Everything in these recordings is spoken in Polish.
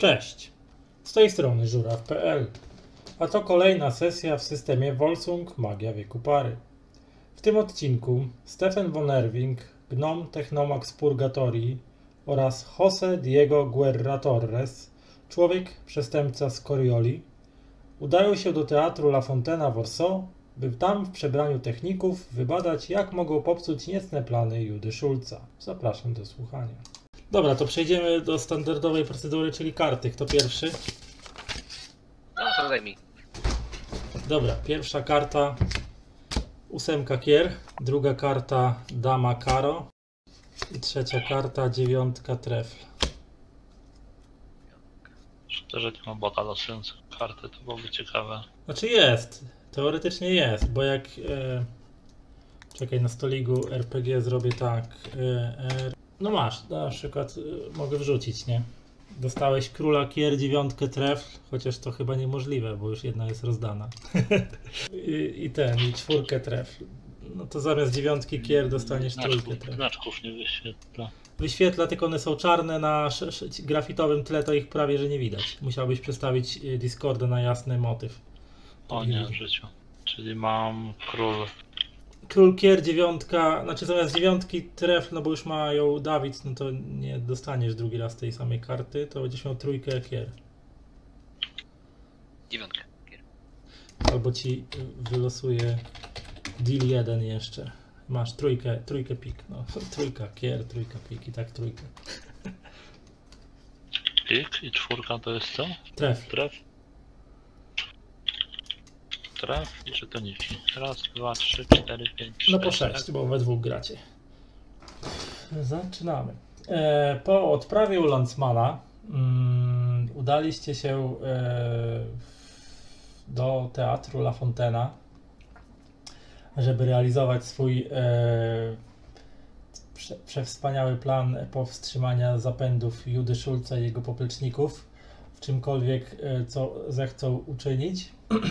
Cześć, z tej strony Żuraw.pl, a to kolejna sesja w systemie Volsung Magia Wieku Pary. W tym odcinku Stephen von Erwing, Gnom Technomax Purgatorii oraz Jose Diego Guerra Torres, człowiek przestępca z Corioli, udają się do teatru La Fontena Warsaw, by tam w przebraniu techników wybadać, jak mogą popsuć niecne plany Judy Schulza. Zapraszam do słuchania. Dobra, to przejdziemy do standardowej procedury, czyli karty. Kto pierwszy? No to zajmij. Dobra, pierwsza karta 8 kier, druga karta dama karo i trzecia karta 9 trefl. Szkoda, że nie ma bota losujących karty, to byłoby ciekawe. Znaczy jest, teoretycznie jest, bo jak... czekaj, na stoliku RPG zrobię tak. No masz, na przykład mogę wrzucić, nie? Dostałeś króla kier, 9 trefl, chociaż to chyba niemożliwe, bo już jedna jest rozdana. I 4 trefl. No to zamiast 9 kier dostaniesz 3 trefl. Znaczków nie wyświetla. Wyświetla, tylko one są czarne na grafitowym tle, to ich prawie że nie widać. Musiałbyś przestawić Discorda na jasny motyw. O nie, w życiu. Czyli mam król. Król kier, 9, znaczy zamiast 9 trefl, no bo już ma ją Dawid, no to nie dostaniesz drugi raz tej samej karty, to będziesz miał 3 kier. 9. Albo ci wylosuje deal 1 jeszcze. Masz trójkę pik, no 3 kier, 3 pik i tak 3. Pik i 4 to jest co? Tref. Tref. Tref i żetoniki. Raz, 2, 3, 4, 5, 6. No po 6, bo we dwóch gracie. Zaczynamy. Po odprawie u Landsmana udaliście się do teatru La Fontena, żeby realizować swój przewspaniały plan powstrzymania zapędów Judy Schulza i jego popleczników w czymkolwiek, co zechcą uczynić.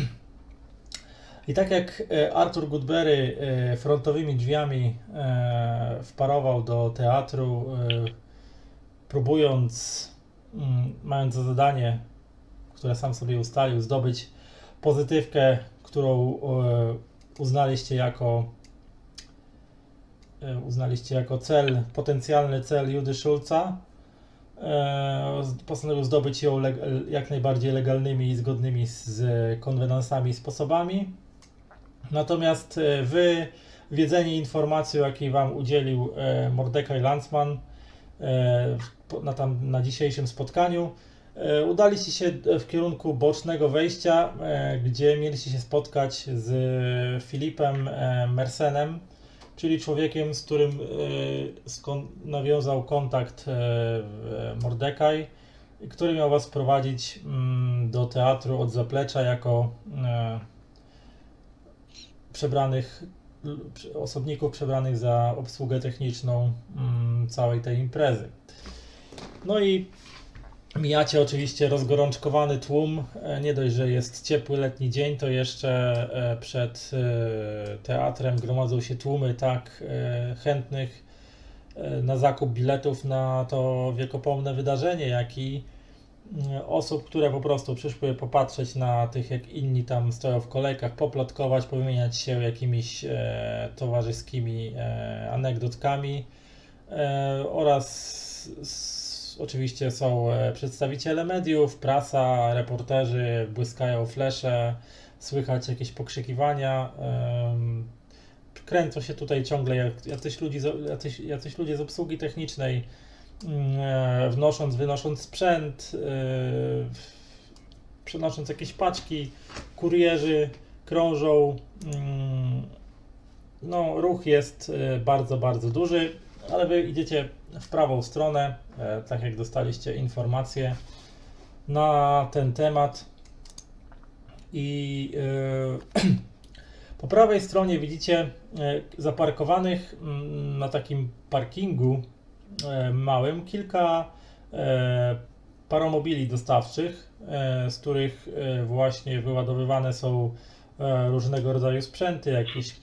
I tak jak Arthur Goodberry frontowymi drzwiami wparował do teatru, próbując, mając za zadanie, które sam sobie ustalił, zdobyć pozytywkę, którą uznaliście jako cel, potencjalny cel Judy Schulza, postanowił zdobyć ją jak najbardziej legalnymi i zgodnymi z konwenansami sposobami. Natomiast wy, wiedzeni informacją, jakiej wam udzielił Mordecai Landsman na dzisiejszym spotkaniu, udaliście się w kierunku bocznego wejścia, gdzie mieliście się spotkać z Filipem Mersenem, czyli człowiekiem, z którym nawiązał kontakt Mordecai, który miał was prowadzić do teatru od zaplecza jako osobników przebranych za obsługę techniczną całej tej imprezy. No i mijacie oczywiście rozgorączkowany tłum. Nie dość, że jest ciepły letni dzień, to jeszcze przed teatrem gromadzą się tłumy tak chętnych na zakup biletów na to wiekopomne wydarzenie, jak i osób, które po prostu przyszły popatrzeć na tych, jak inni tam stoją w kolejkach, poplotkować, powymieniać się jakimiś towarzyskimi anegdotkami oraz oczywiście są przedstawiciele mediów, prasa, reporterzy, błyskają flesze, słychać jakieś pokrzykiwania. Kręcą się tutaj ciągle jacyś ludzie z obsługi technicznej, wynosząc sprzęt, przenosząc jakieś paczki, kurierzy krążą. No, ruch jest bardzo, bardzo duży, ale wy idziecie w prawą stronę, tak jak dostaliście informacje na ten temat. I po prawej stronie widzicie zaparkowanych na takim parkingu małym kilka paromobili dostawczych, z których właśnie wyładowywane są różnego rodzaju sprzęty, jakieś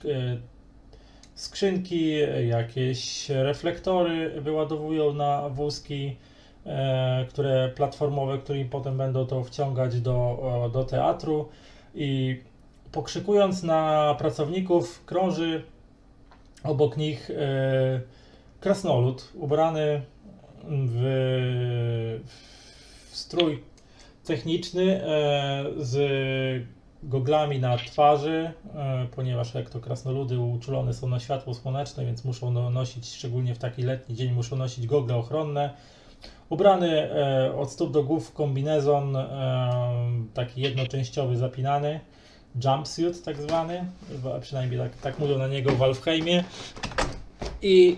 skrzynki, jakieś reflektory wyładowują na wózki, które platformowe, którymi potem będą to wciągać do teatru i pokrzykując na pracowników krąży obok nich krasnolud ubrany w strój techniczny z goglami na twarzy, ponieważ jak to krasnoludy uczulone są na światło słoneczne, więc muszą nosić, szczególnie w taki letni dzień, muszą nosić gogle ochronne. Ubrany od stóp do głów w kombinezon taki jednoczęściowy, zapinany, jumpsuit tak zwany, przynajmniej tak mówią na niego w Walfheimie. I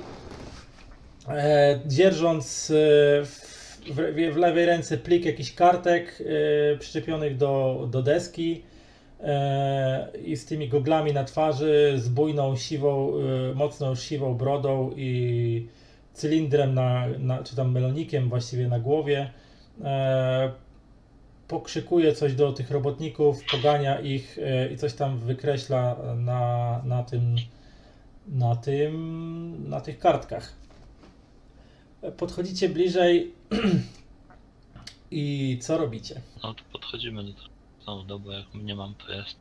dzierżąc w lewej ręce plik jakichś kartek przyczepionych do deski i z tymi goglami na twarzy, z bujną, siwą, mocną siwą brodą i cylindrem czy tam melonikiem właściwie na głowie, pokrzykuje coś do tych robotników, pogania ich i coś tam wykreśla na tych kartkach. Podchodzicie bliżej i co robicie? No to podchodzimy do tego, bo jak nie mam, to jest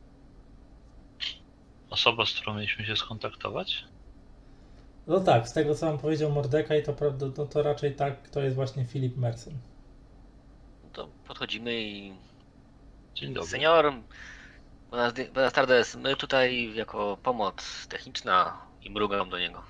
osoba, z którą mieliśmy się skontaktować. No tak, z tego co wam powiedział Mordekaj, to prawda, no to raczej tak, to jest właśnie Philip Merson. To podchodzimy i... Dzień dobry. Senior, buenas tardes, my tutaj jako pomoc techniczna i mrugam do niego.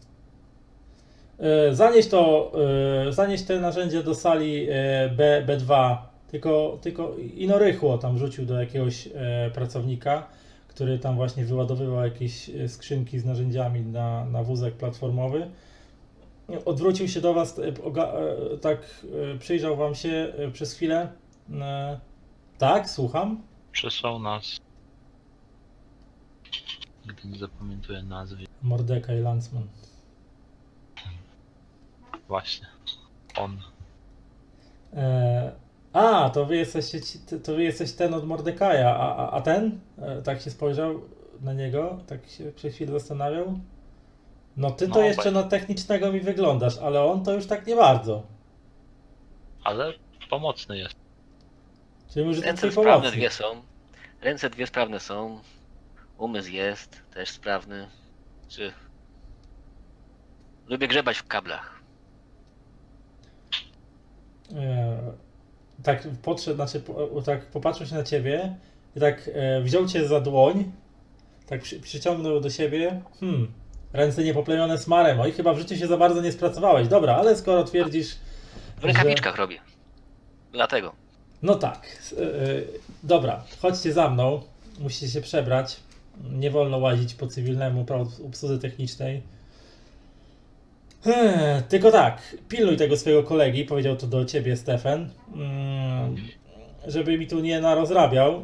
Zanieś te narzędzie do sali B2, tylko ino rychło tam rzucił do jakiegoś pracownika, który tam właśnie wyładowywał jakieś skrzynki z narzędziami na wózek platformowy. Odwrócił się do was, tak przyjrzał wam się przez chwilę. Tak, słucham. Przesłał nas, gdy nie zapamiętuję nazwy. Mordekaj Landsman. Właśnie. On. To wy jesteś ten od Mordekaja, a ten? Tak się spojrzał na niego, tak się przez chwilę zastanawiał. No ty to No, jeszcze na technicznego mi wyglądasz, ale on to już tak nie bardzo. Ale pomocny jest. Czyli może to Ręce twój sprawne pomocnik. dwie są. Ręce dwie sprawne są. Umysł jest też sprawny. Czy... Lubię grzebać w kablach. Tak podszedł, tak popatrzył się na ciebie i tak wziął cię za dłoń, tak przyciągnął do siebie. Ręce niepoplemione smarem. Oj, chyba w życiu się za bardzo nie spracowałeś. Dobra, ale skoro twierdzisz, W rękawiczkach robię. Dlatego. No tak. Dobra, chodźcie za mną. Musicie się przebrać. Nie wolno łazić po cywilnemu obsłudze technicznej. Tylko tak, pilnuj tego swojego kolegi, powiedział to do ciebie Stefan, żeby mi tu nie narozrabiał,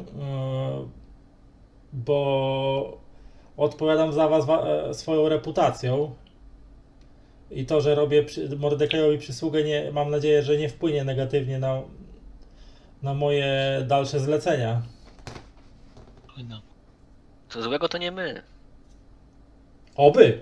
bo odpowiadam za was swoją reputacją i to, że robię Mordekajowi przysługę, mam nadzieję, że nie wpłynie negatywnie na moje dalsze zlecenia. No. Co złego to nie my. Oby.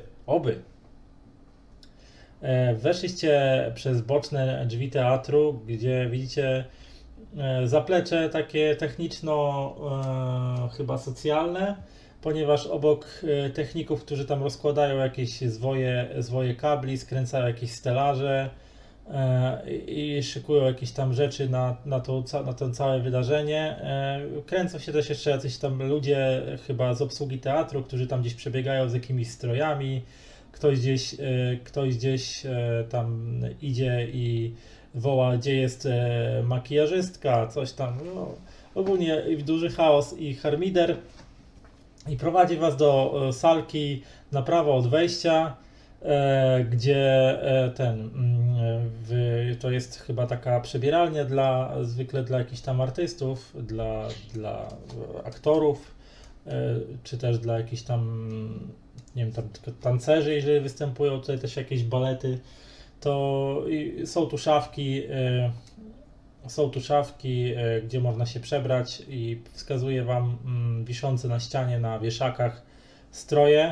Weszliście przez boczne drzwi teatru, gdzie widzicie zaplecze takie techniczno chyba socjalne, ponieważ obok techników, którzy tam rozkładają jakieś zwoje kabli, skręcają jakieś stelaże i szykują jakieś tam rzeczy na to całe wydarzenie. Kręcą się też jeszcze jacyś tam ludzie chyba z obsługi teatru, którzy tam gdzieś przebiegają z jakimiś strojami. Ktoś gdzieś tam idzie i woła, gdzie jest makijażystka, coś tam. No, ogólnie duży chaos i harmider. I prowadzi was do salki na prawo od wejścia, gdzie to jest chyba taka przebieralnia zwykle dla jakichś tam artystów, dla aktorów, czy też dla jakichś tam, nie wiem, tam tancerzy, jeżeli występują, tutaj też jakieś balety, to są tu szafki, gdzie można się przebrać i wskazuje wam wiszące na ścianie, na wieszakach stroje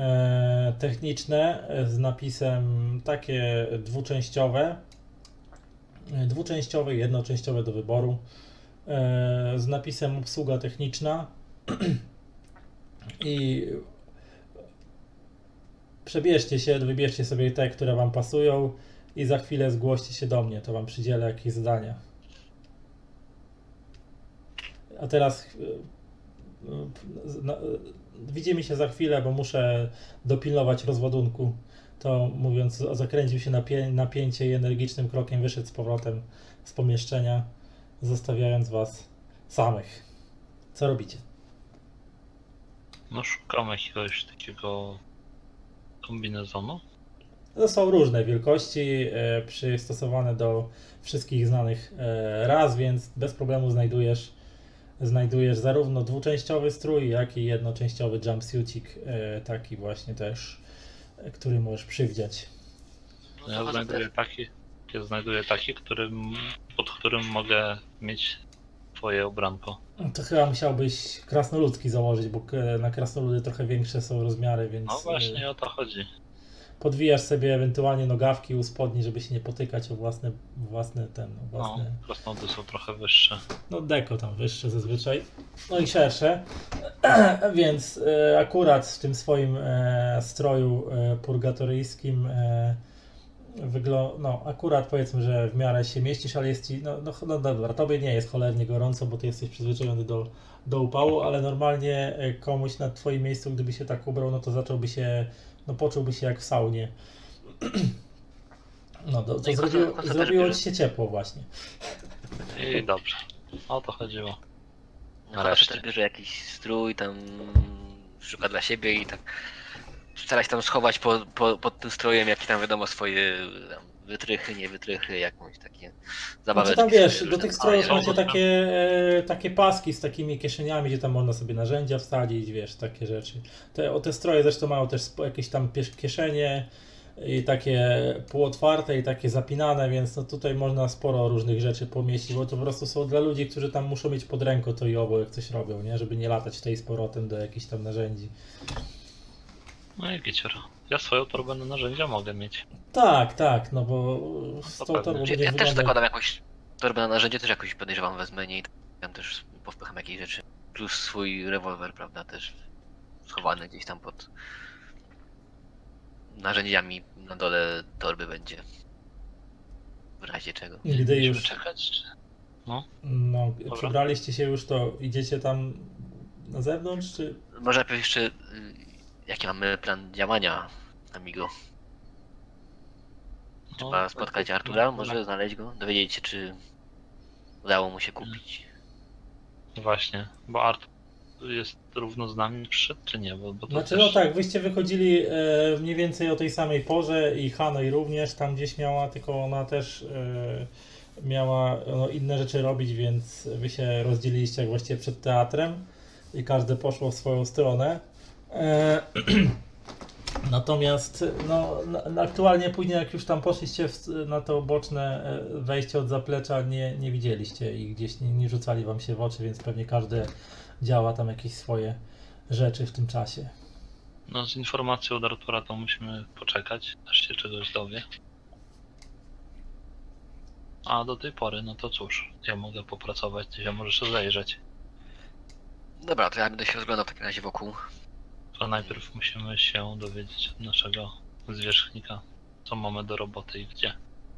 techniczne z napisem takie dwuczęściowe, dwuczęściowe, jednoczęściowe do wyboru, z napisem obsługa techniczna i wybierzcie sobie te, które Wam pasują i za chwilę zgłoście się do mnie, to Wam przydzielę jakieś zadania. A teraz widzimy się za chwilę, bo muszę dopilnować rozładunku. To mówiąc, zakręcił się napięcie i energicznym krokiem wyszedł z powrotem z pomieszczenia, zostawiając Was samych. Co robicie? No szukamy jakiegoś takiego kombinezonu. To są różne wielkości, przystosowane do wszystkich znanych ras, więc bez problemu znajdujesz zarówno dwuczęściowy strój, jak i jednoczęściowy jumpsuicik, taki właśnie też, który możesz przywdziać. No ja znajduję taki, pod którym mogę mieć twoje ubranko. To chyba musiałbyś krasnoludzki założyć, bo na krasnoludy trochę większe są rozmiary, więc No właśnie o to chodzi. podwijasz sobie ewentualnie nogawki u spodni, żeby się nie potykać o własne No, krasnoludy są trochę wyższe. no deko tam wyższe zazwyczaj, no i szersze, więc akurat w tym swoim stroju purgatoryjskim no akurat powiedzmy, że w miarę się mieścisz, ale jest ci, no dobra, tobie nie jest cholernie gorąco, bo ty jesteś przyzwyczajony do upału, ale normalnie komuś na twoim miejscu, gdyby się tak ubrał, no to poczułby się jak w saunie. No to zrobiło ci się ciepło właśnie. I dobrze. O to chodziło. No ale też bierze jakiś strój, tam szuka dla siebie i tak stara się tam schować pod tym strojem jakieś tam wiadomo swoje tam wytrychy, nie wytrychy, jakąś takie zabaweczki. Znaczy tam wiesz, do tych strojów macie takie paski z takimi kieszeniami, gdzie tam można sobie narzędzia wsadzić, wiesz, takie rzeczy. Te stroje zresztą mają też jakieś tam kieszenie i takie półotwarte i takie zapinane, więc no tutaj można sporo różnych rzeczy pomieścić, bo to po prostu są dla ludzi, którzy tam muszą mieć pod ręką to i owo, jak coś robią, nie? Żeby nie latać tej z powrotem do jakichś tam narzędzi. No i gicior. Ja swoją torbę na narzędzia mogę mieć. Tak, no bo z tą torbą będzie Ja też wyglądać... zakładam jakąś torbę na narzędzie, też jakoś podejrzewam wezmę, nie? I tam też powpycham jakieś rzeczy. Plus swój rewolwer, prawda, też schowany gdzieś tam pod narzędziami na dole torby będzie. W razie czego. Gdy Musimy już czekać, czy... No, przebraliście się już, to idziecie tam na zewnątrz, czy... Może najpierw jeszcze jaki mamy plan działania, Amigo? Trzeba spotkać Artura, może znaleźć go, dowiedzieć się, czy udało mu się kupić. Właśnie, bo Artur jest równo z nami przyszedł, czy nie? Bo to Znaczy też... no tak, wyście wychodzili mniej więcej o tej samej porze i Hanoi również tam gdzieś miała, tylko ona też miała inne rzeczy robić, więc wy się rozdzieliliście jak właściwie przed teatrem i każde poszło w swoją stronę. Natomiast aktualnie później jak już tam poszliście na to boczne wejście od zaplecza, nie widzieliście i gdzieś nie rzucali wam się w oczy, więc pewnie każdy działa tam jakieś swoje rzeczy w tym czasie. No z informacją od Artura to musimy poczekać, aż się czegoś dowie. A do tej pory, no to cóż, ja mogę popracować, ty się możesz rozejrzeć. Dobra, to ja będę się rozglądał w takim razie wokół. To najpierw musimy się dowiedzieć od naszego zwierzchnika, co mamy do roboty i gdzie.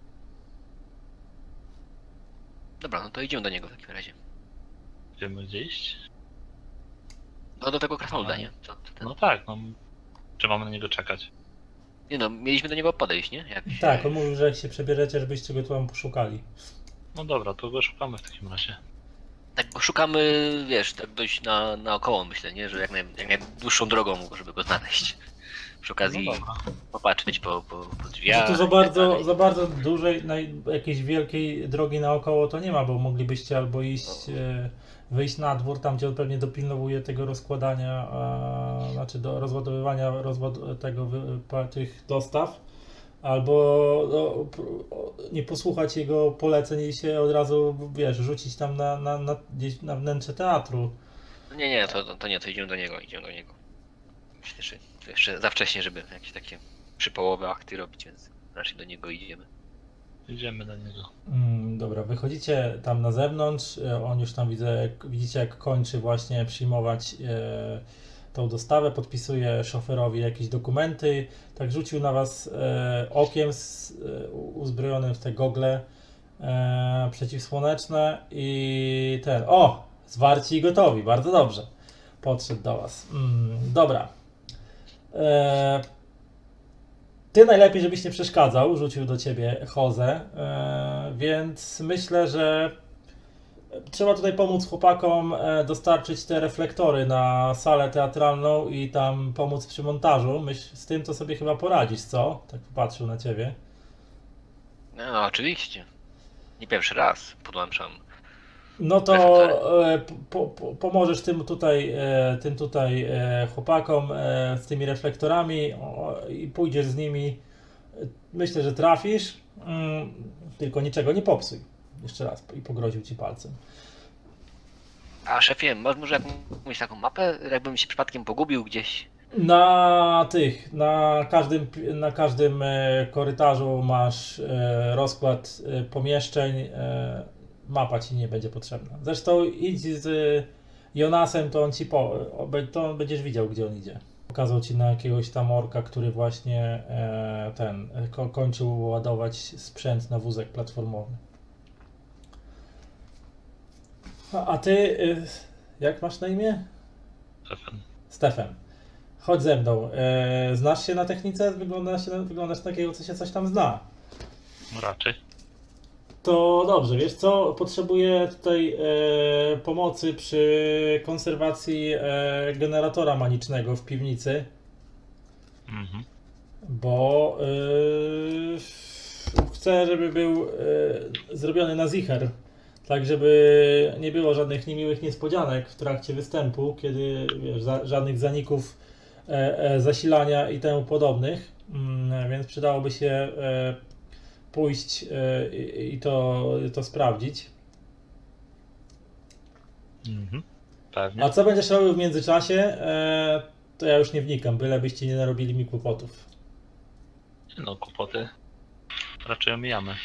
Dobra, no to idziemy do niego w takim razie. Wiemy gdzie iść? No do tego krasnoluda, nie? No tak, no. Czy mamy na niego czekać? Nie no, mieliśmy do niego podejść, nie? Tak, on mówił, że jak się przebierzecie, żebyście go tu tam poszukali. No dobra, to go szukamy w takim razie. Tak, bo szukamy, wiesz, tak dość naokoło myślę, nie? Że jak najdłuższą drogą, żeby go znaleźć. Przy okazji popatrzeć po drzwiach. Tu za bardzo dużej, jakiejś wielkiej drogi naokoło to nie ma, bo moglibyście albo iść, wyjść na dwór, tam gdzie on pewnie dopilnowuje tego rozkładania, znaczy do rozładowywania tych dostaw, albo nie posłuchać jego poleceń i się od razu, wiesz, rzucić tam gdzieś na wnętrze teatru. Nie, to nie, to idziemy do niego. Myślę, że to jeszcze za wcześnie, żeby jakieś takie przypołowe akty robić, więc raczej do niego idziemy. Idziemy do niego. Dobra, wychodzicie tam na zewnątrz, on już tam widzicie jak kończy właśnie przyjmować tą dostawę, podpisuje szoferowi jakieś dokumenty, tak rzucił na was okiem uzbrojonym w te gogle przeciwsłoneczne i zwarci i gotowi, bardzo dobrze, podszedł do was. Dobra. Ty najlepiej, żebyś nie przeszkadzał, rzucił do ciebie Jose, więc myślę, że trzeba tutaj pomóc chłopakom dostarczyć te reflektory na salę teatralną i tam pomóc przy montażu. Z tym to sobie chyba poradzisz, co? Tak popatrzył na ciebie. No, oczywiście. Nie pierwszy raz podłączam. No to pomożesz tym tutaj chłopakom z tymi reflektorami i pójdziesz z nimi. Myślę, że trafisz, tylko niczego nie popsuj. Jeszcze raz i pogroził ci palcem. A szefie, może jakąś taką mapę, jakbym się przypadkiem pogubił gdzieś? Na każdym korytarzu masz rozkład pomieszczeń. Mapa ci nie będzie potrzebna. Zresztą idź z Jonasem, to on to będziesz widział, gdzie on idzie. Pokazał ci na jakiegoś tam orka, który właśnie kończył ładować sprzęt na wózek platformowy. A ty, jak masz na imię? Stefan. Chodź ze mną. Znasz się na technice? Wyglądasz na takiego, co się coś tam zna. Raczej. To dobrze, wiesz co? Potrzebuję tutaj pomocy przy konserwacji generatora manicznego w piwnicy. Bo chcę, żeby był zrobiony na zicher. Tak, żeby nie było żadnych niemiłych niespodzianek w trakcie występu, kiedy żadnych zaników zasilania i temu podobnych. Więc przydałoby się pójść i to sprawdzić. Pewnie. A co będziesz robił w międzyczasie, to ja już nie wnikam, bylebyście nie narobili mi kłopotów. No, kłopoty raczej omijamy.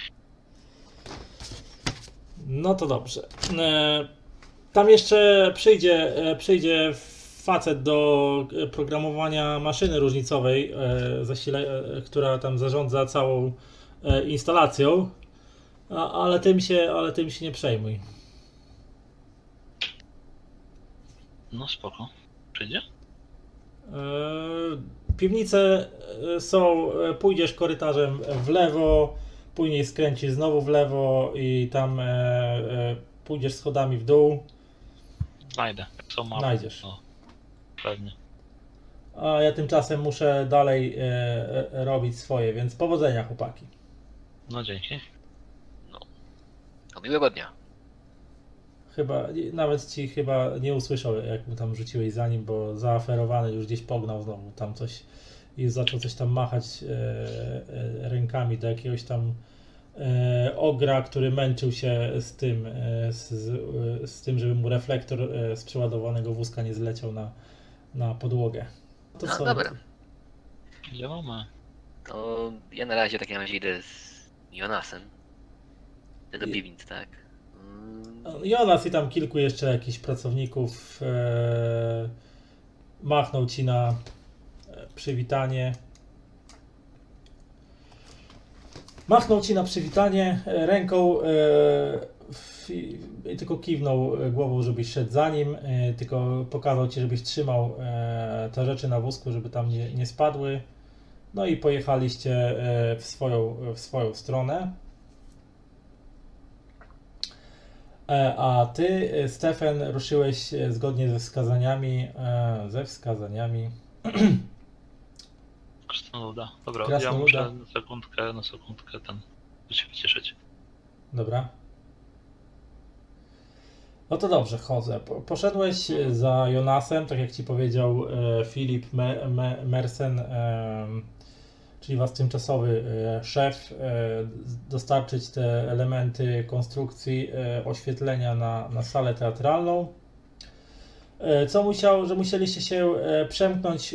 No to dobrze. Tam jeszcze przyjdzie facet do programowania maszyny różnicowej, która tam zarządza całą instalacją, ale tym się nie przejmuj. No spoko. Przyjdzie? Piwnice są, pójdziesz korytarzem w lewo, później skręcisz znowu w lewo i tam pójdziesz schodami w dół. Znajdę. Jak są mapy. Znajdziesz. No, pewnie. A ja tymczasem muszę dalej robić swoje, więc powodzenia, chłopaki. No dzięki. No, miłego dnia. Nawet ci nie usłyszał, jak mu tam rzuciłeś za nim, bo zaaferowany już gdzieś pognał znowu tam coś i zaczął coś tam machać rękami do jakiegoś tam ogra, który męczył się z tym, żeby mu reflektor z przeładowanego wózka nie zleciał na podłogę. To No co? dobra. Działamy. To ja na razie w takim razie idę z Jonasem. Idę do piwnic, tak? Jonas i tam kilku jeszcze jakichś pracowników machnął ci na przywitanie. Machnął ci na przywitanie ręką i tylko kiwnął głową, żebyś szedł za nim, tylko pokazał ci, żebyś trzymał te rzeczy na wózku, żeby tam nie spadły. No i pojechaliście w swoją stronę. A ty, Stefan, ruszyłeś zgodnie ze wskazaniami. Krasnoluda. Dobra, Krasnoluda. ja muszę na sekundkę się wycieszyć. Dobra. No to dobrze, chodzę. Poszedłeś za Jonasem, tak jak ci powiedział Filip Mersen, czyli was tymczasowy szef, dostarczyć te elementy konstrukcji oświetlenia na salę teatralną. Że musieliście się przemknąć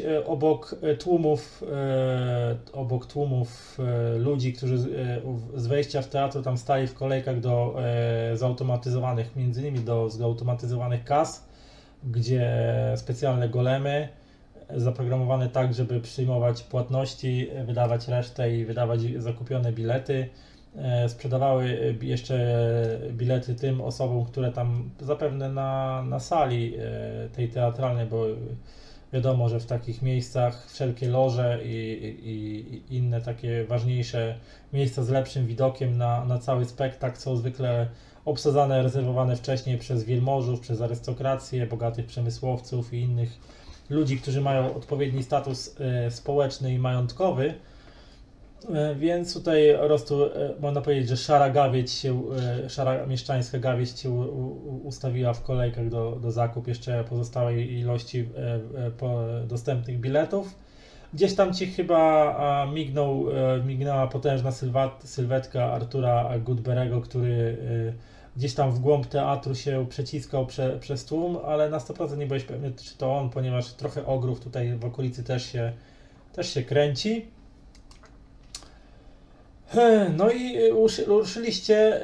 obok tłumów ludzi, którzy z wejścia w teatr tam stali w kolejkach do zautomatyzowanych, między innymi do zautomatyzowanych kas, gdzie specjalne golemy zaprogramowane tak, żeby przyjmować płatności, wydawać resztę i wydawać zakupione bilety. Sprzedawały jeszcze bilety tym osobom, które tam zapewne na sali tej teatralnej, bo wiadomo, że w takich miejscach wszelkie loże i inne takie ważniejsze miejsca z lepszym widokiem na cały spektakl są zwykle obsadzane, rezerwowane wcześniej przez wielmożów, przez arystokrację, bogatych przemysłowców i innych ludzi, którzy mają odpowiedni status społeczny i majątkowy. Więc tutaj po prostu można powiedzieć, że szara mieszczańska gawieć się ustawiła w kolejkach do zakup jeszcze pozostałej ilości dostępnych biletów. Gdzieś tam ci chyba mignęła potężna sylwetka Artura Goodberry'ego, który gdzieś tam w głąb teatru się przeciskał przez tłum, ale na 100% nie byłeś pewny, czy to on, ponieważ trochę ogrów tutaj w okolicy też się kręci. No i ruszyliście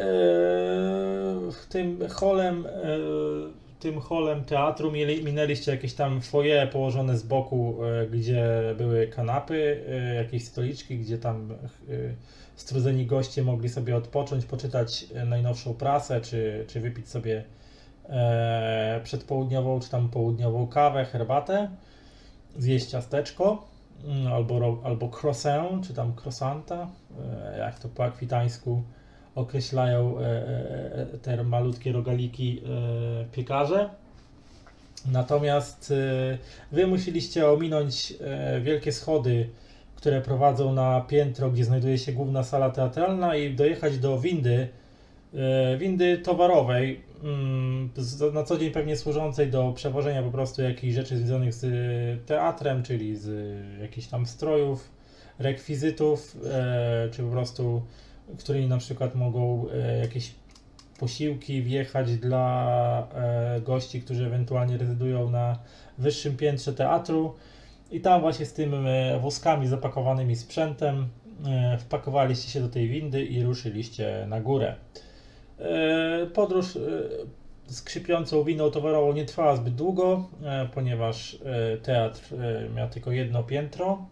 tym holem teatru, minęliście jakieś tam foyer położone z boku, gdzie były kanapy, jakieś stoliczki, gdzie tam strudzeni goście mogli sobie odpocząć, poczytać najnowszą prasę, czy wypić sobie przedpołudniową, czy tam południową kawę, herbatę, zjeść ciasteczko. Albo croissant, czy tam croissanta, jak to po akwitańsku określają te malutkie rogaliki piekarze. Natomiast wy musieliście ominąć wielkie schody, które prowadzą na piętro, gdzie znajduje się główna sala teatralna, i dojechać do windy towarowej, na co dzień pewnie służącej do przewożenia po prostu jakichś rzeczy związanych z teatrem, czyli z jakichś tam strojów, rekwizytów, czy po prostu, którymi na przykład mogą jakieś posiłki wjechać dla gości, którzy ewentualnie rezydują na wyższym piętrze teatru. I tam właśnie z tym wózkami zapakowanymi sprzętem wpakowaliście się do tej windy i ruszyliście na górę. Podróż skrzypiącą windą towarową nie trwała zbyt długo, ponieważ teatr miał tylko jedno piętro.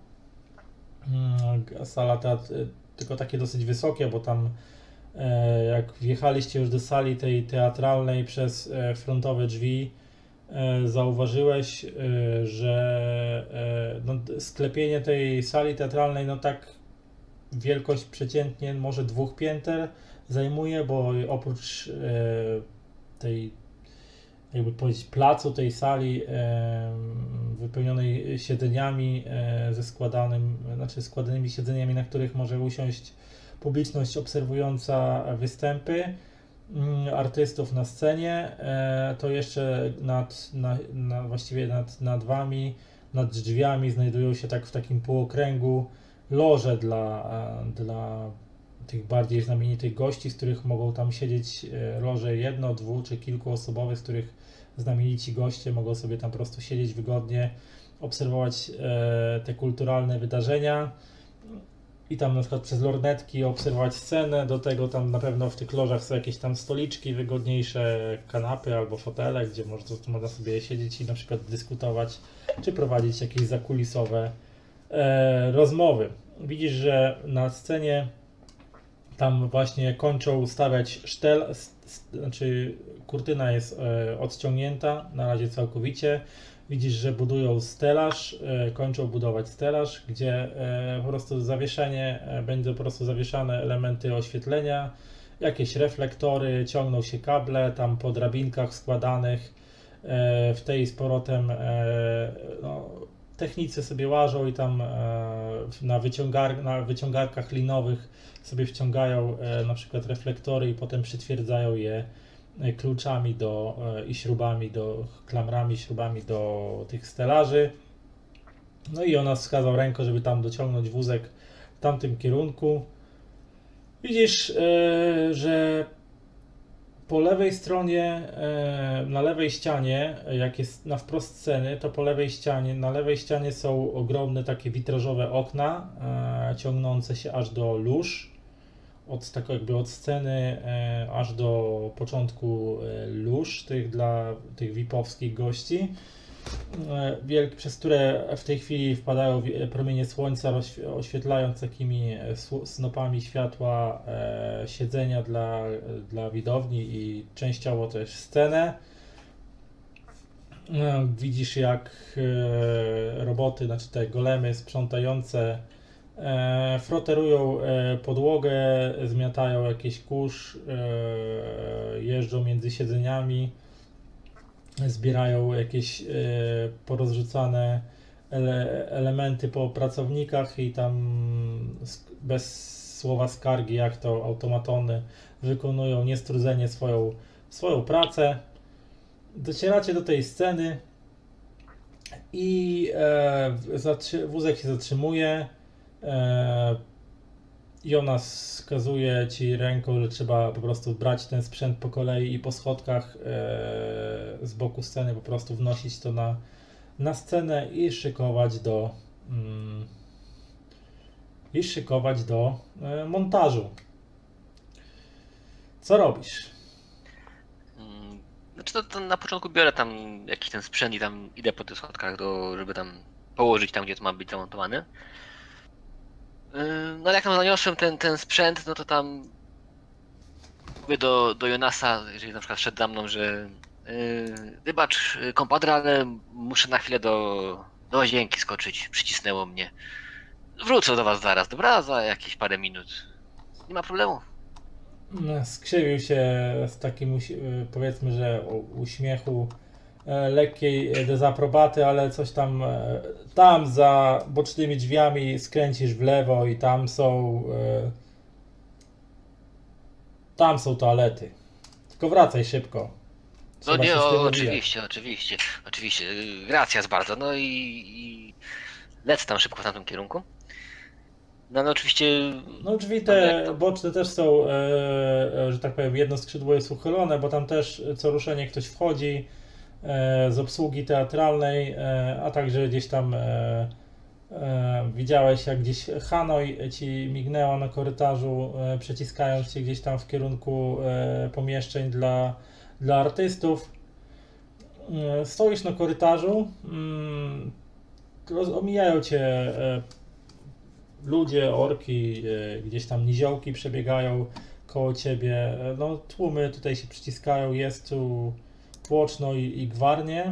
Sala teatr tylko takie dosyć wysokie, bo tam jak wjechaliście już do sali tej teatralnej przez frontowe drzwi, zauważyłeś, że sklepienie tej sali teatralnej, tak wielkość przeciętnie może 2 pięter zajmuje, bo oprócz tej, jakby powiedzieć, placu tej sali wypełnionej siedzeniami składanymi siedzeniami, na których może usiąść publiczność obserwująca występy artystów na scenie, to jeszcze właściwie nad wami, nad drzwiami znajdują się w takim półokręgu loże dla tych bardziej znamienitych gości, z których mogą tam siedzieć loże jedno-, dwu- czy kilkuosobowe, z których znamienici goście mogą sobie tam po prostu siedzieć wygodnie, obserwować te kulturalne wydarzenia i tam na przykład przez lornetki obserwować scenę. Do tego tam na pewno w tych lożach są jakieś tam stoliczki, wygodniejsze kanapy albo fotele, gdzie można sobie siedzieć i na przykład dyskutować, czy prowadzić jakieś zakulisowe rozmowy. Widzisz, że na scenie tam właśnie kończą stawiać kurtyna jest odciągnięta na razie całkowicie. Widzisz, że budują stelaż, kończą budować stelaż, gdzie po prostu będą po prostu zawieszane elementy oświetlenia, jakieś reflektory, ciągną się kable tam po drabinkach składanych w tej z powrotem. Technicy sobie łażą i tam na wyciągarkach linowych sobie wciągają na przykład reflektory i potem przytwierdzają je kluczami i śrubami, klamrami, śrubami do tych stelaży. No i ona wskazał ręką, żeby tam dociągnąć wózek w tamtym kierunku. Widzisz, że Po lewej stronie, na lewej ścianie, jak jest na wprost sceny, to po lewej ścianie, na lewej ścianie są ogromne takie witrażowe okna, ciągnące się aż do lóż, tak jakby od sceny aż do początku lóż tych dla tych VIP-owskich gości, przez które w tej chwili wpadają promienie słońca, oświetlając takimi snopami światła siedzenia dla widowni i częściowo też scenę. Widzisz, jak roboty, znaczy te golemy sprzątające froterują podłogę, zmiatają jakiś kurz, jeżdżą między siedzeniami, zbierają jakieś porozrzucane elementy po pracownikach i tam bez słowa skargi, jak to automatony wykonują niestrudzenie swoją pracę. Docieracie do tej sceny i wózek się zatrzymuje. Jonas wskazuje ci ręką, że trzeba po prostu brać ten sprzęt po kolei i po schodkach z boku sceny po prostu wnosić to na scenę i szykować do montażu. Co robisz? Znaczy to na początku biorę tam jakiś ten sprzęt i tam idę po tych schodkach, żeby tam położyć tam, gdzie to ma być zamontowany. No ale jak tam zaniosłem ten sprzęt, no to tam mówię do Jonasa, jeżeli na przykład szedł za mną, że wybacz kompadre, ale muszę na chwilę do łazienki skoczyć, przycisnęło mnie. Wrócę do was zaraz, dobra? Za jakieś parę minut. Nie ma problemu. Skrzywił się z takim, powiedzmy, że uśmiechu lekkiej dezaprobaty, ale coś tam za bocznymi drzwiami skręcisz w lewo i tam są toalety. Tylko wracaj szybko. No Trzeba nie, się z tym oczywiście. Gracjas bardzo. No i lecę tam szybko w tamtym kierunku. No ale oczywiście. No drzwi te boczne też są, że tak powiem, jedno skrzydło jest uchylone, bo tam też co ruszenie ktoś wchodzi z obsługi teatralnej, a także gdzieś tam widziałeś, jak gdzieś Hanoi ci mignęła na korytarzu, przeciskając się gdzieś tam w kierunku pomieszczeń dla artystów. Stoisz na korytarzu, omijają cię ludzie, orki, gdzieś tam niziołki przebiegają koło ciebie. No tłumy tutaj się przyciskają, jest tu tłoczno i gwarnie.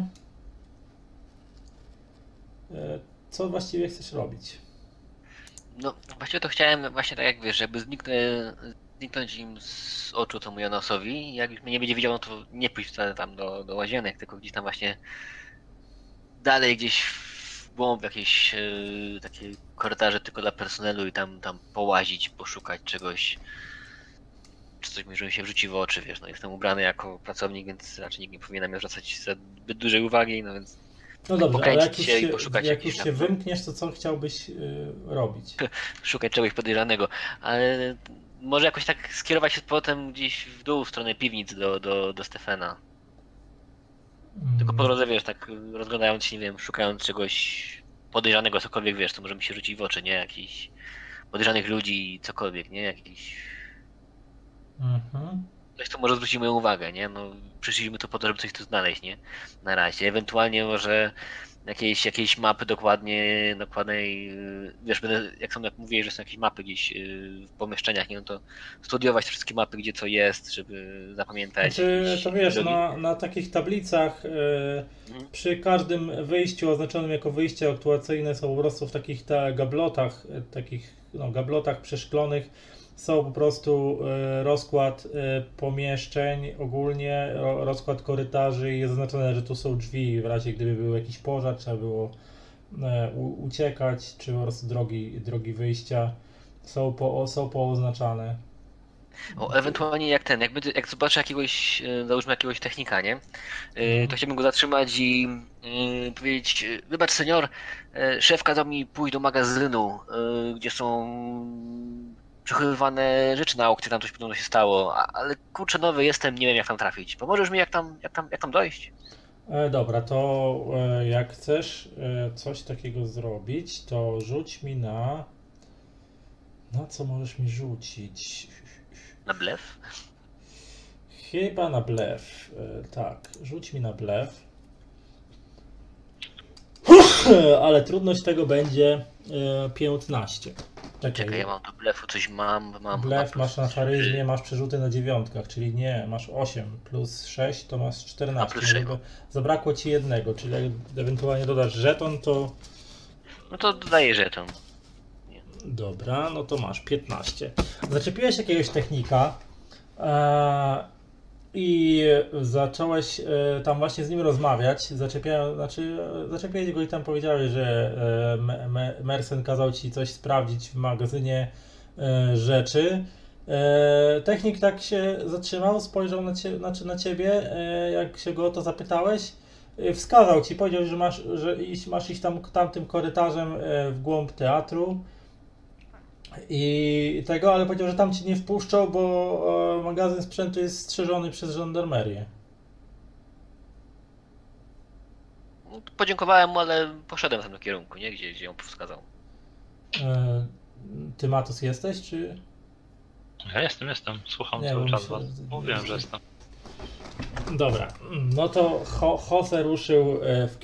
Co właściwie chcesz robić? No właściwie to chciałem właśnie tak jak wiesz, żeby zniknąć im z oczu temu Jonasowi. Jak już mnie nie będzie widział, no to nie pójść wcale tam do łazienek, tylko gdzieś tam właśnie dalej gdzieś w głąb jakieś takie korytarze tylko dla personelu i tam połazić, poszukać czegoś, czy coś mi się wrzuci w oczy, wiesz, no jestem ubrany jako pracownik, więc raczej nikt nie powinien na mnie zwracać zbyt dużej uwagi, no więc no dobrze, ale jak już się tam, wymkniesz, to co chciałbyś robić? Szukać czegoś podejrzanego, ale może jakoś tak skierować się potem gdzieś w dół, w stronę piwnic do Stefana. Tylko po drodze, wiesz, tak rozglądając się, nie wiem, szukając czegoś podejrzanego, cokolwiek, wiesz, co może mi się rzucić w oczy, nie? Jakichś podejrzanych ludzi, cokolwiek, nie? Jakiś... Coś, co może zwrócić moją uwagę, nie? No, przyszliśmy tu po to, żeby coś tu znaleźć, nie? Na razie. Ewentualnie może jakieś mapy dokładnej, wiesz, jak mówiłeś, że są jakieś mapy gdzieś w pomieszczeniach, nie? No to studiować te wszystkie mapy, gdzie co jest, żeby zapamiętać. Znaczy, to wiesz, na takich tablicach przy każdym wyjściu oznaczonym jako wyjście aktuacyjne są po prostu w takich gablotach przeszklonych są po prostu rozkład pomieszczeń ogólnie, rozkład korytarzy i jest zaznaczone, że tu są drzwi w razie gdyby był jakiś pożar, trzeba było uciekać, czy po prostu drogi wyjścia są pooznaczane. Ewentualnie jak zobaczę załóżmy jakiegoś technika, nie? To chciałbym go zatrzymać i powiedzieć, wybacz senior, szef kazał mi pójść do magazynu, gdzie są przechowywane rzeczy na aukcji, tam coś podobno się stało, ale kurczę, nowy jestem, nie wiem jak tam trafić. Pomożesz mi jak tam dojść? Dobra, to jak chcesz coś takiego zrobić, to rzuć mi na... Na co możesz mi rzucić? Na blef? Chyba na blef. Tak, rzuć mi na blef. Ale trudność tego będzie 15. Czekaj, ja mam do blefu coś mam. Blef masz na charyzmie, masz przerzuty na dziewiątkach, czyli nie, masz 8 plus 6 to masz 14. plus 6. Zabrakło ci jednego, czyli jak ewentualnie dodasz żeton, to... No to dodaję żeton. Dobra, no to masz 15. Zaczepiłeś jakiegoś technika i zacząłeś tam właśnie z nim rozmawiać. Zaczepiłeś go i tam powiedziałeś, że Mersen kazał ci coś sprawdzić w magazynie rzeczy. Technik tak się zatrzymał, spojrzał na ciebie, jak się go o to zapytałeś. Wskazał ci, powiedział, że masz iść tamtym korytarzem w głąb teatru. I tego, ale powiedział, że tam ci nie wpuszczał, bo magazyn sprzętu jest strzeżony przez żandarmerię. No, podziękowałem mu, ale poszedłem w tym kierunku, nie? Gdzie on wskazał. Ty Matus jesteś, czy? Ja jestem. Słucham Nie, cały bo czas mi was. się- Mówiłem, że jestem. Dobra, no to Jose ruszył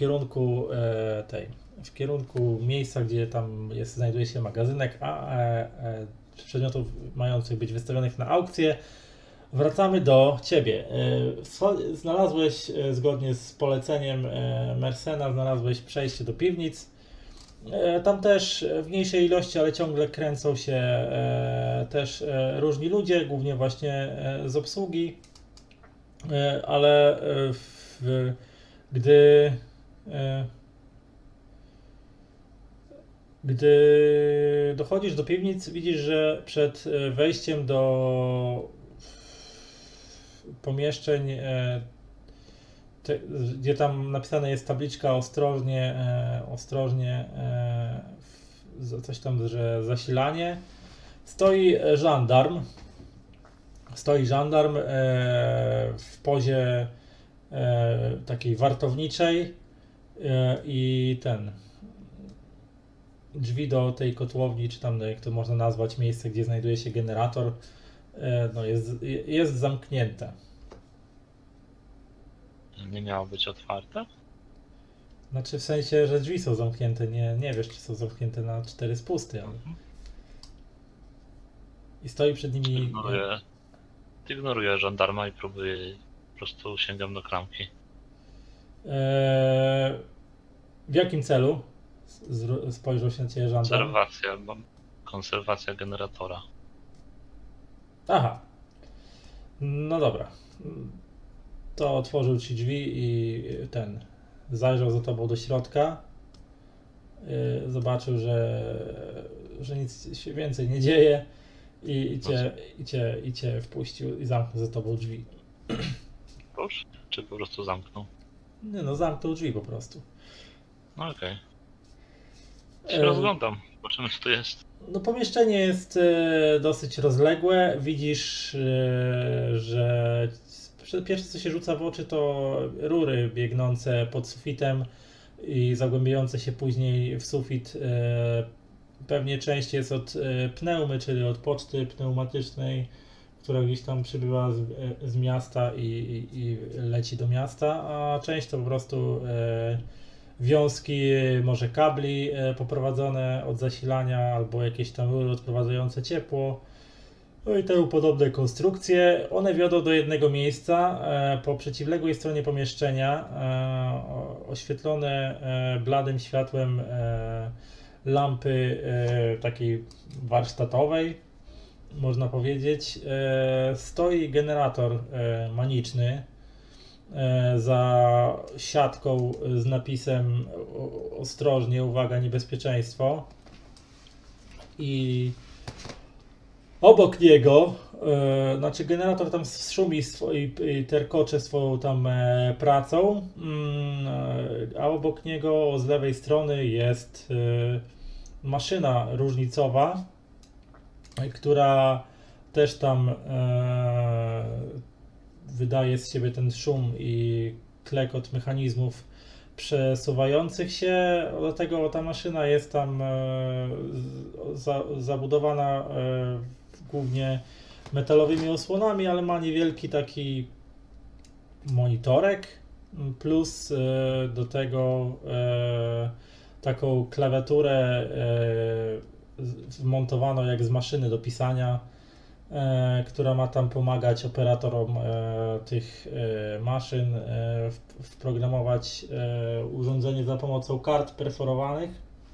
w kierunku miejsca, gdzie tam znajduje się magazynek, przedmiotów mających być wystawionych na aukcję. Wracamy do ciebie. Znalazłeś, zgodnie z poleceniem Mersena, znalazłeś przejście do piwnic. Tam też w mniejszej ilości, ale ciągle kręcą się też różni ludzie, głównie właśnie z obsługi. Ale gdy dochodzisz do piwnic, widzisz, że przed wejściem do pomieszczeń, gdzie tam napisane jest tabliczka ostrożnie, coś tam, że zasilanie, stoi żandarm. W pozie takiej wartowniczej i drzwi do tej kotłowni, czy tam jak to można nazwać, miejsce, gdzie znajduje się generator, no jest zamknięte. Nie miało być otwarte? Znaczy w sensie, że drzwi są zamknięte, nie wiesz, czy są zamknięte na 4 spusty, ale... I stoi przed nimi... Ignoruję żandarma i próbuję, po prostu sięgam do klamki. W jakim celu spojrzał się na ciebie żandarm? Konserwacja generatora. Aha. No dobra. To otworzył ci drzwi i zajrzał za tobą do środka. Zobaczył, że nic się więcej nie dzieje i cię wpuścił i zamknął za tobą drzwi. Proszę? Czy po prostu zamknął? Nie no, zamknął drzwi po prostu. No okej. Się rozglądam, zobaczymy co to jest. No pomieszczenie jest dosyć rozległe. Widzisz, że pierwsze co się rzuca w oczy to rury biegnące pod sufitem i zagłębiające się później w sufit. Pewnie część jest od pneumy, czyli od poczty pneumatycznej, która gdzieś tam przybyła z miasta i leci do miasta, a część to po prostu wiązki, może kabli poprowadzone od zasilania, albo jakieś tam rury odprowadzające ciepło, no i temu podobne konstrukcje. One wiodą do jednego miejsca, po przeciwległej stronie pomieszczenia, oświetlone bladym światłem lampy takiej warsztatowej, można powiedzieć, stoi generator maniczny za siatką z napisem ostrożnie, uwaga, niebezpieczeństwo, i obok niego, znaczy generator tam szumi i terkocze swoją tam pracą, a obok niego z lewej strony jest maszyna różnicowa, która też tam wydaje z siebie ten szum i klekot mechanizmów przesuwających się. Do tego ta maszyna jest tam zabudowana głównie metalowymi osłonami, ale ma niewielki taki monitorek, plus do tego taką klawiaturę wmontowaną jak z maszyny do pisania, która ma tam pomagać operatorom tych maszyn wprogramować urządzenie za pomocą kart perforowanych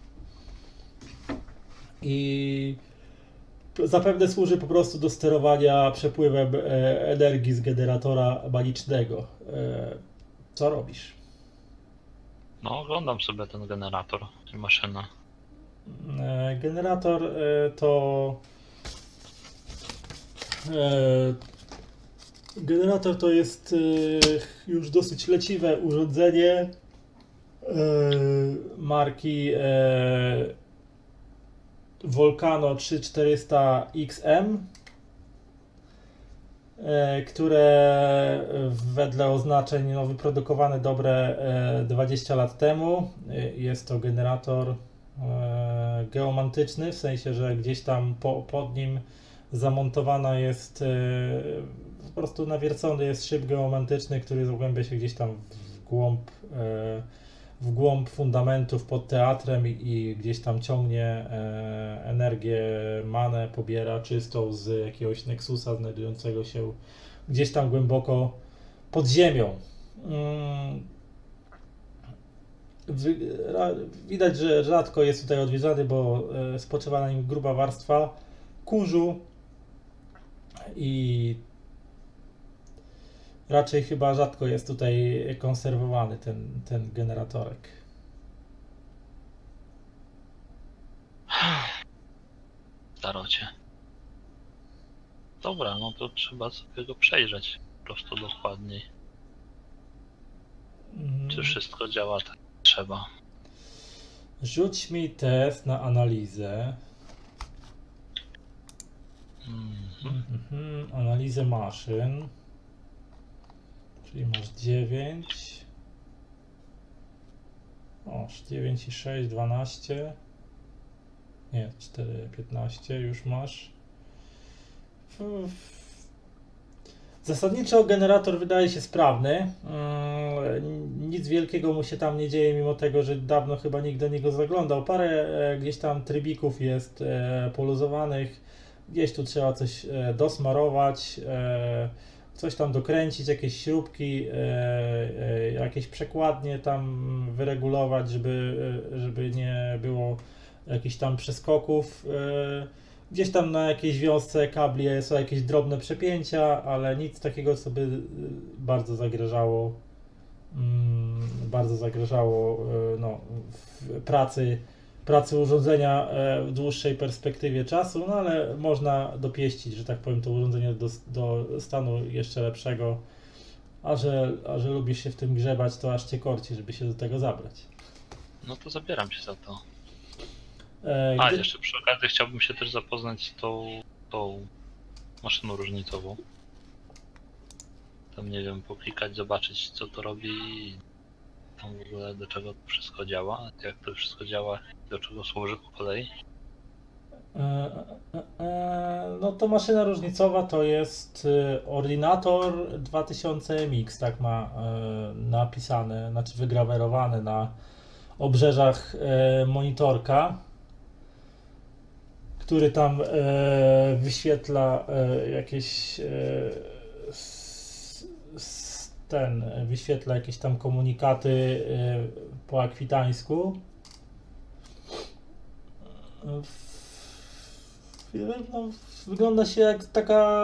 i zapewne służy po prostu do sterowania przepływem energii z generatora magicznego. Co robisz? No, oglądam sobie ten generator i maszynę. Generator to generator to jest już dosyć leciwe urządzenie marki Volcano 3400XM, które wedle oznaczeń wyprodukowane dobre 20 lat temu. Jest to generator geomantyczny, w sensie, że gdzieś tam pod nim zamontowana jest, po prostu nawiercony jest szyb geomantyczny, który zagłębia się gdzieś tam w głąb fundamentów pod teatrem i gdzieś tam ciągnie energię, manę, pobiera czystą z jakiegoś Nexusa znajdującego się gdzieś tam głęboko pod ziemią. Widać, że rzadko jest tutaj odwiedzany, bo spoczywa na nim gruba warstwa kurzu i raczej chyba rzadko jest tutaj konserwowany ten generatorek. Starocie. Dobra, no to trzeba sobie go przejrzeć po prostu dokładniej. Czy wszystko działa tak jak trzeba? Rzuć mi test na analizę. Analizę maszyn. Czyli masz 9. O, 9 i 6, 12. Nie, 4, 15 już masz. Zasadniczo generator wydaje się sprawny. Nic wielkiego mu się tam nie dzieje, mimo tego, że dawno chyba nikt do niego zaglądał. Parę gdzieś tam trybików jest poluzowanych. Gdzieś tu trzeba coś dosmarować, coś tam dokręcić, jakieś śrubki, jakieś przekładnie tam wyregulować, żeby nie było jakichś tam przeskoków. Gdzieś tam na jakiejś wiązce kabli są jakieś drobne przepięcia, ale nic takiego, co by bardzo zagrażało no, w pracy urządzenia w dłuższej perspektywie czasu, no ale można dopieścić, że tak powiem, to urządzenie do stanu jeszcze lepszego, a że lubisz się w tym grzebać, to aż cię korci, żeby się do tego zabrać. No to zabieram się za to. Jeszcze przy okazji chciałbym się też zapoznać z tą maszyną różnicową. Tam nie wiem, poklikać, zobaczyć co to robi, tam w ogóle do czego to wszystko działa, jak to wszystko działa, do czego służy po kolei. No to maszyna różnicowa to jest Ordinator 2000 MX, tak ma napisane, znaczy wygrawerowane na obrzeżach monitorka, który tam wyświetla jakieś wyświetla jakieś tam komunikaty po akwitańsku. No, wygląda się jak taka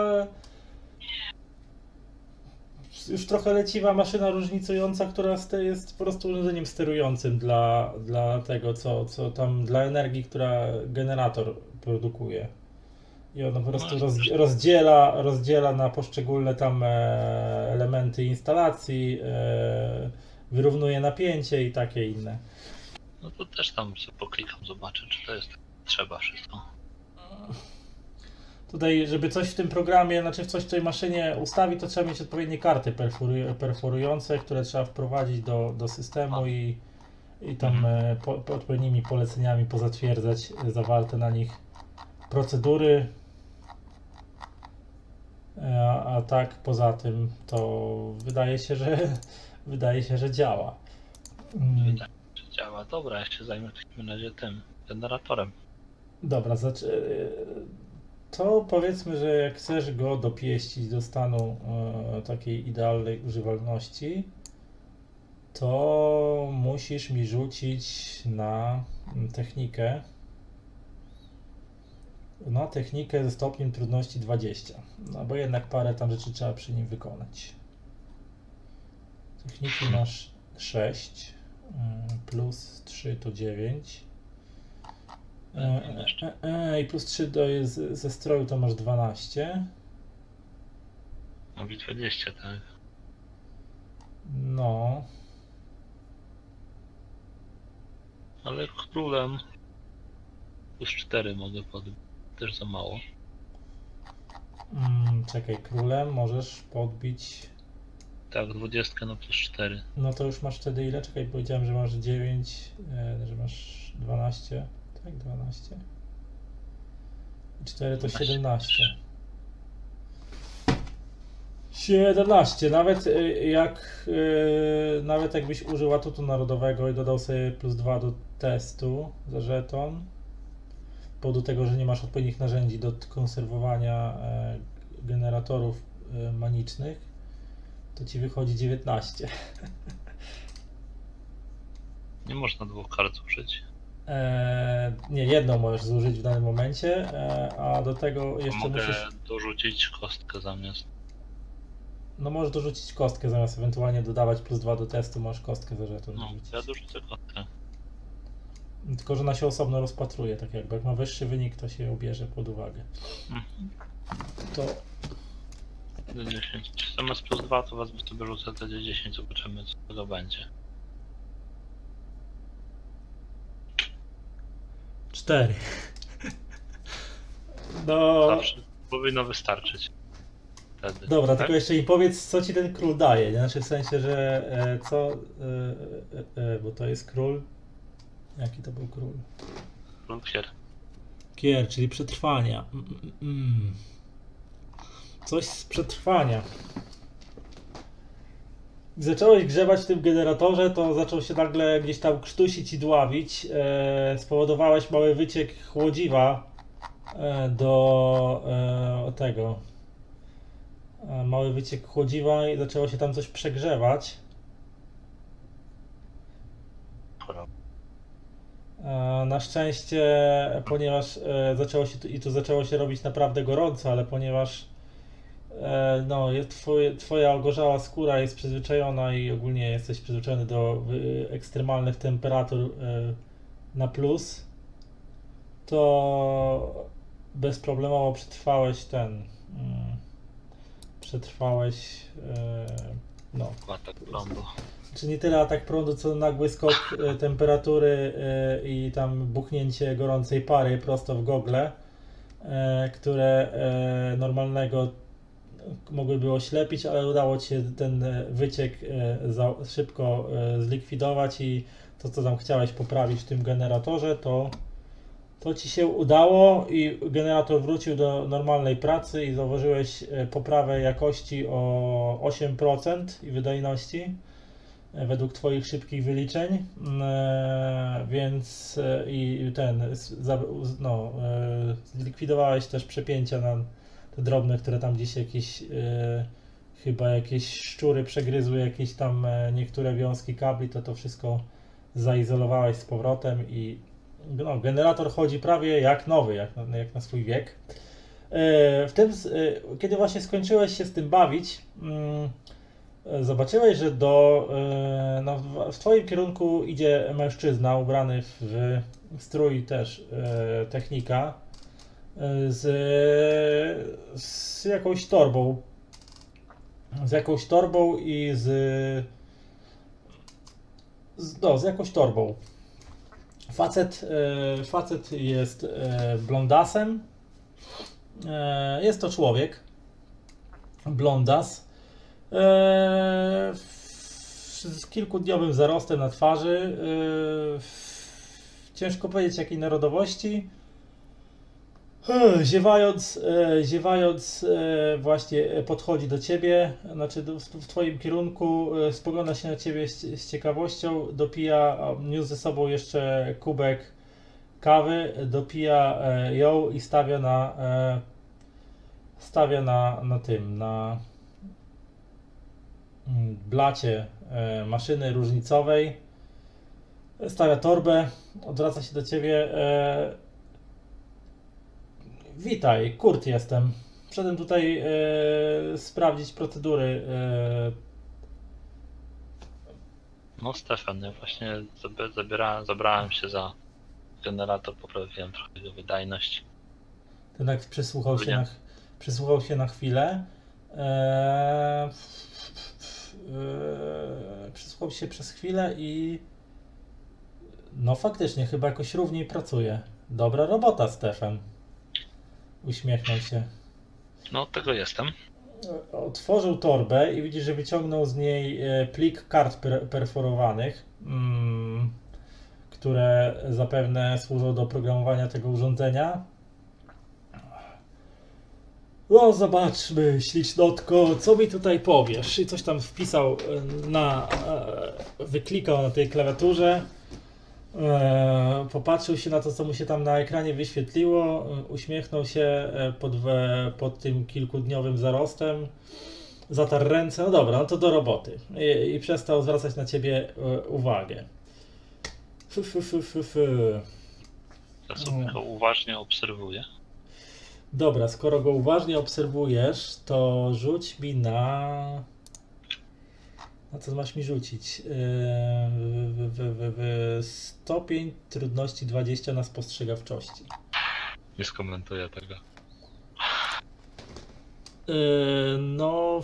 już trochę leciwa maszyna różnicująca, która jest po prostu urządzeniem sterującym dla tego, co tam, dla energii, która generator produkuje. I ono po prostu rozdziela na poszczególne tam elementy instalacji, wyrównuje napięcie i takie inne. No to też tam sobie poklikam, zobaczę, czy to jest trzeba wszystko. Tutaj, żeby coś w tym programie, znaczy coś w tej maszynie ustawić, to trzeba mieć odpowiednie karty perforujące, które trzeba wprowadzić do systemu i tam odpowiednimi poleceniami pozatwierdzać zawarte na nich procedury. A tak poza tym to wydaje się, że działa. Wydaje się, że działa. Dobra, ja się zajmę w takim razie tym generatorem. Dobra, to powiedzmy, że jak chcesz go dopieścić do stanu takiej idealnej używalności, to musisz mi rzucić na technikę. Na technikę ze stopniem trudności 20. No bo jednak parę tam rzeczy trzeba przy nim wykonać. Techniki masz 6, plus 3 to 9. I plus 3 to jest ze stroju to masz 12. Mówi 20, tak? No. Ale królem plus 4 mogę podbić. Też za mało. Czekaj, królem możesz podbić. Tak, 20 na plus 4. No to już masz wtedy ile? Czekaj, powiedziałem, że masz 9, że masz 12. Tak, 12. 4 to 17. 17. Nawet jakbyś użył atutu narodowego i dodał sobie plus 2 do testu za żeton, z powodu tego, że nie masz odpowiednich narzędzi do konserwowania generatorów manicznych, to ci wychodzi 19. Nie można 2 kart użyć. Nie, jedną możesz zużyć w danym momencie, a do tego jeszcze mogę musisz... dorzucić kostkę zamiast. No możesz dorzucić kostkę zamiast ewentualnie dodawać plus 2 do testu, możesz kostkę za żeton dorzucić. Ja dorzucę kostkę. Tylko, że ona się osobno rozpatruje, tak jakby jak ma wyższy wynik, to się ją bierze pod uwagę. To... 10. Zamiast plus 2 to was sobie rzucę wtedy 10, zobaczymy co to będzie. 4. No... Zawsze powinno wystarczyć. Wtedy, Dobra, tak? tylko jeszcze mi powiedz, co ci ten król daje, nie? Znaczy w sensie, że bo to jest król. Jaki to był król? Król Kier. Kier, czyli przetrwania. Coś z przetrwania. Gdy zacząłeś grzebać w tym generatorze, to zaczął się nagle gdzieś tam krztusić i dławić. Spowodowałeś mały wyciek chłodziwa do tego. Mały wyciek chłodziwa i zaczęło się tam coś przegrzewać. Na szczęście, ponieważ zaczęło się robić naprawdę gorąco, ale ponieważ no, twoja ogorzała skóra jest przyzwyczajona i ogólnie jesteś przyzwyczajony do ekstremalnych temperatur na plus, to bezproblemowo przetrwałeś no. Atak prądu. Czy nie tyle atak prądu, co nagły skok temperatury i tam buchnięcie gorącej pary prosto w gogle, które normalnego mogłyby oślepić, ale udało ci się ten wyciek szybko zlikwidować i to, co tam chciałeś poprawić w tym generatorze, to ci się udało i generator wrócił do normalnej pracy i zauważyłeś poprawę jakości o 8% i wydajności według twoich szybkich wyliczeń, więc zlikwidowałeś też przepięcia na te drobne, które tam gdzieś chyba jakieś szczury przegryzły jakieś tam niektóre wiązki kabli, to wszystko zaizolowałeś z powrotem i no, generator chodzi prawie jak nowy, jak na swój wiek. Kiedy właśnie skończyłeś się z tym bawić, zobaczyłeś, że w twoim kierunku idzie mężczyzna ubrany w strój też technika z jakąś torbą. Z jakąś torbą i z jakąś torbą. Facet jest blondasem, Jest to człowiek, blondas, z kilkudniowym zarostem na twarzy. Ciężko powiedzieć jakiej narodowości. Ziewając właśnie podchodzi do ciebie, znaczy w twoim kierunku, spogląda się na ciebie z ciekawością, dopija, niósł ze sobą jeszcze kubek kawy, dopija ją i stawia na blacie maszyny różnicowej, stawia torbę, odwraca się do ciebie. Witaj, Kurt jestem. Wszedłem tutaj sprawdzić procedury. No Stefan, ja właśnie zabrałem się za generator, poprawiłem trochę jego wydajność. Ten jak przysłuchał się na chwilę. Przysłuchał się przez chwilę i no faktycznie chyba jakoś równiej pracuje. Dobra robota, Stefan. Uśmiechnął się. No, tego jestem. Otworzył torbę i widzisz, że wyciągnął z niej plik kart perforowanych, które zapewne służą do oprogramowania tego urządzenia. No zobaczmy, ślicznotko, co mi tutaj powiesz? I coś tam wpisał wyklikał na tej klawiaturze. Popatrzył się na to, co mu się tam na ekranie wyświetliło, uśmiechnął się pod tym kilkudniowym zarostem, zatarł ręce, no dobra, no to do roboty i przestał zwracać na ciebie uwagę. Ja sobie go uważnie obserwuję. Dobra, skoro go uważnie obserwujesz, to rzuć mi na co masz mi rzucić? Stopień trudności 20 na spostrzegawczości. Nie skomentuję tego. No...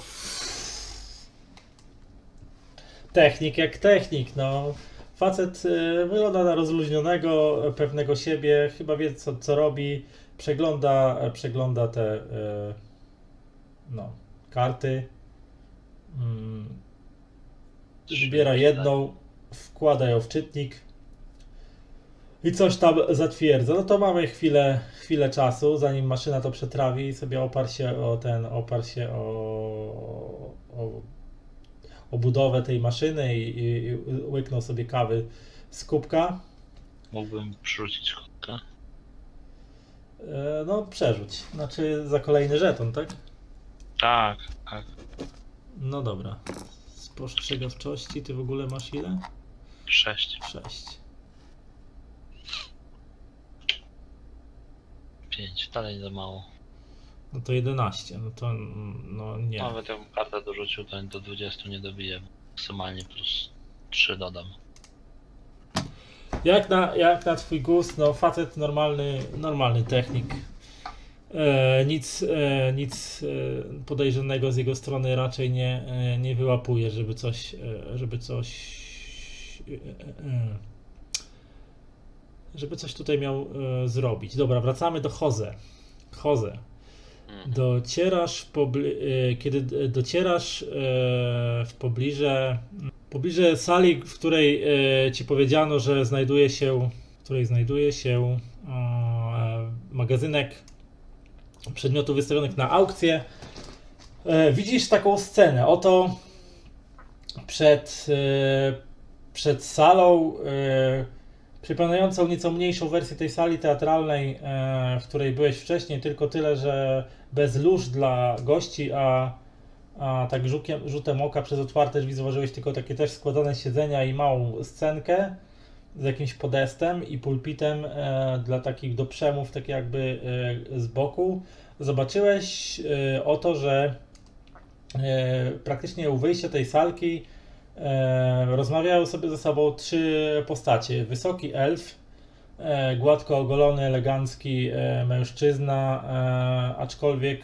Technik jak technik, no. Facet wygląda na rozluźnionego, pewnego siebie, chyba wie co robi, przegląda te karty. Wybiera jedną, wkłada ją w czytnik i coś tam zatwierdza. No to mamy chwilę czasu, zanim maszyna to przetrawi i sobie oparł się o budowę tej maszyny i łyknął sobie kawy z kubka. Mógłbym przerzucić kubkę? No przerzuć, znaczy za kolejny żeton, tak? Tak. No dobra. Spostrzegawczości ty w ogóle masz ile? 6. 5, dalej za mało. No to 11, no to nie. Nawet jakbym kartę dorzucił, to do 20 nie dobiję. Maksymalnie plus 3 dodam. Jak na twój gust, no facet normalny technik. Nic podejrzanego z jego strony raczej nie wyłapuje, żeby coś tutaj miał zrobić. Dobra, wracamy do Jose. Kiedy docierasz w pobliże sali, w której ci powiedziano, że znajduje się magazynek przedmiotów wystawionych na aukcję, widzisz taką scenę. Oto przed salą, przypominającą nieco mniejszą wersję tej sali teatralnej, w której byłeś wcześniej, tylko tyle, że bez lóż dla gości, a tak rzutem oka przez otwarte drzwi zauważyłeś tylko takie też składane siedzenia i małą scenkę z jakimś podestem i pulpitem dla takich do przemów, tak jakby z boku. Zobaczyłeś oto, że praktycznie u wyjścia tej salki rozmawiają sobie ze sobą 3 postacie. Wysoki elf, gładko ogolony, elegancki mężczyzna, aczkolwiek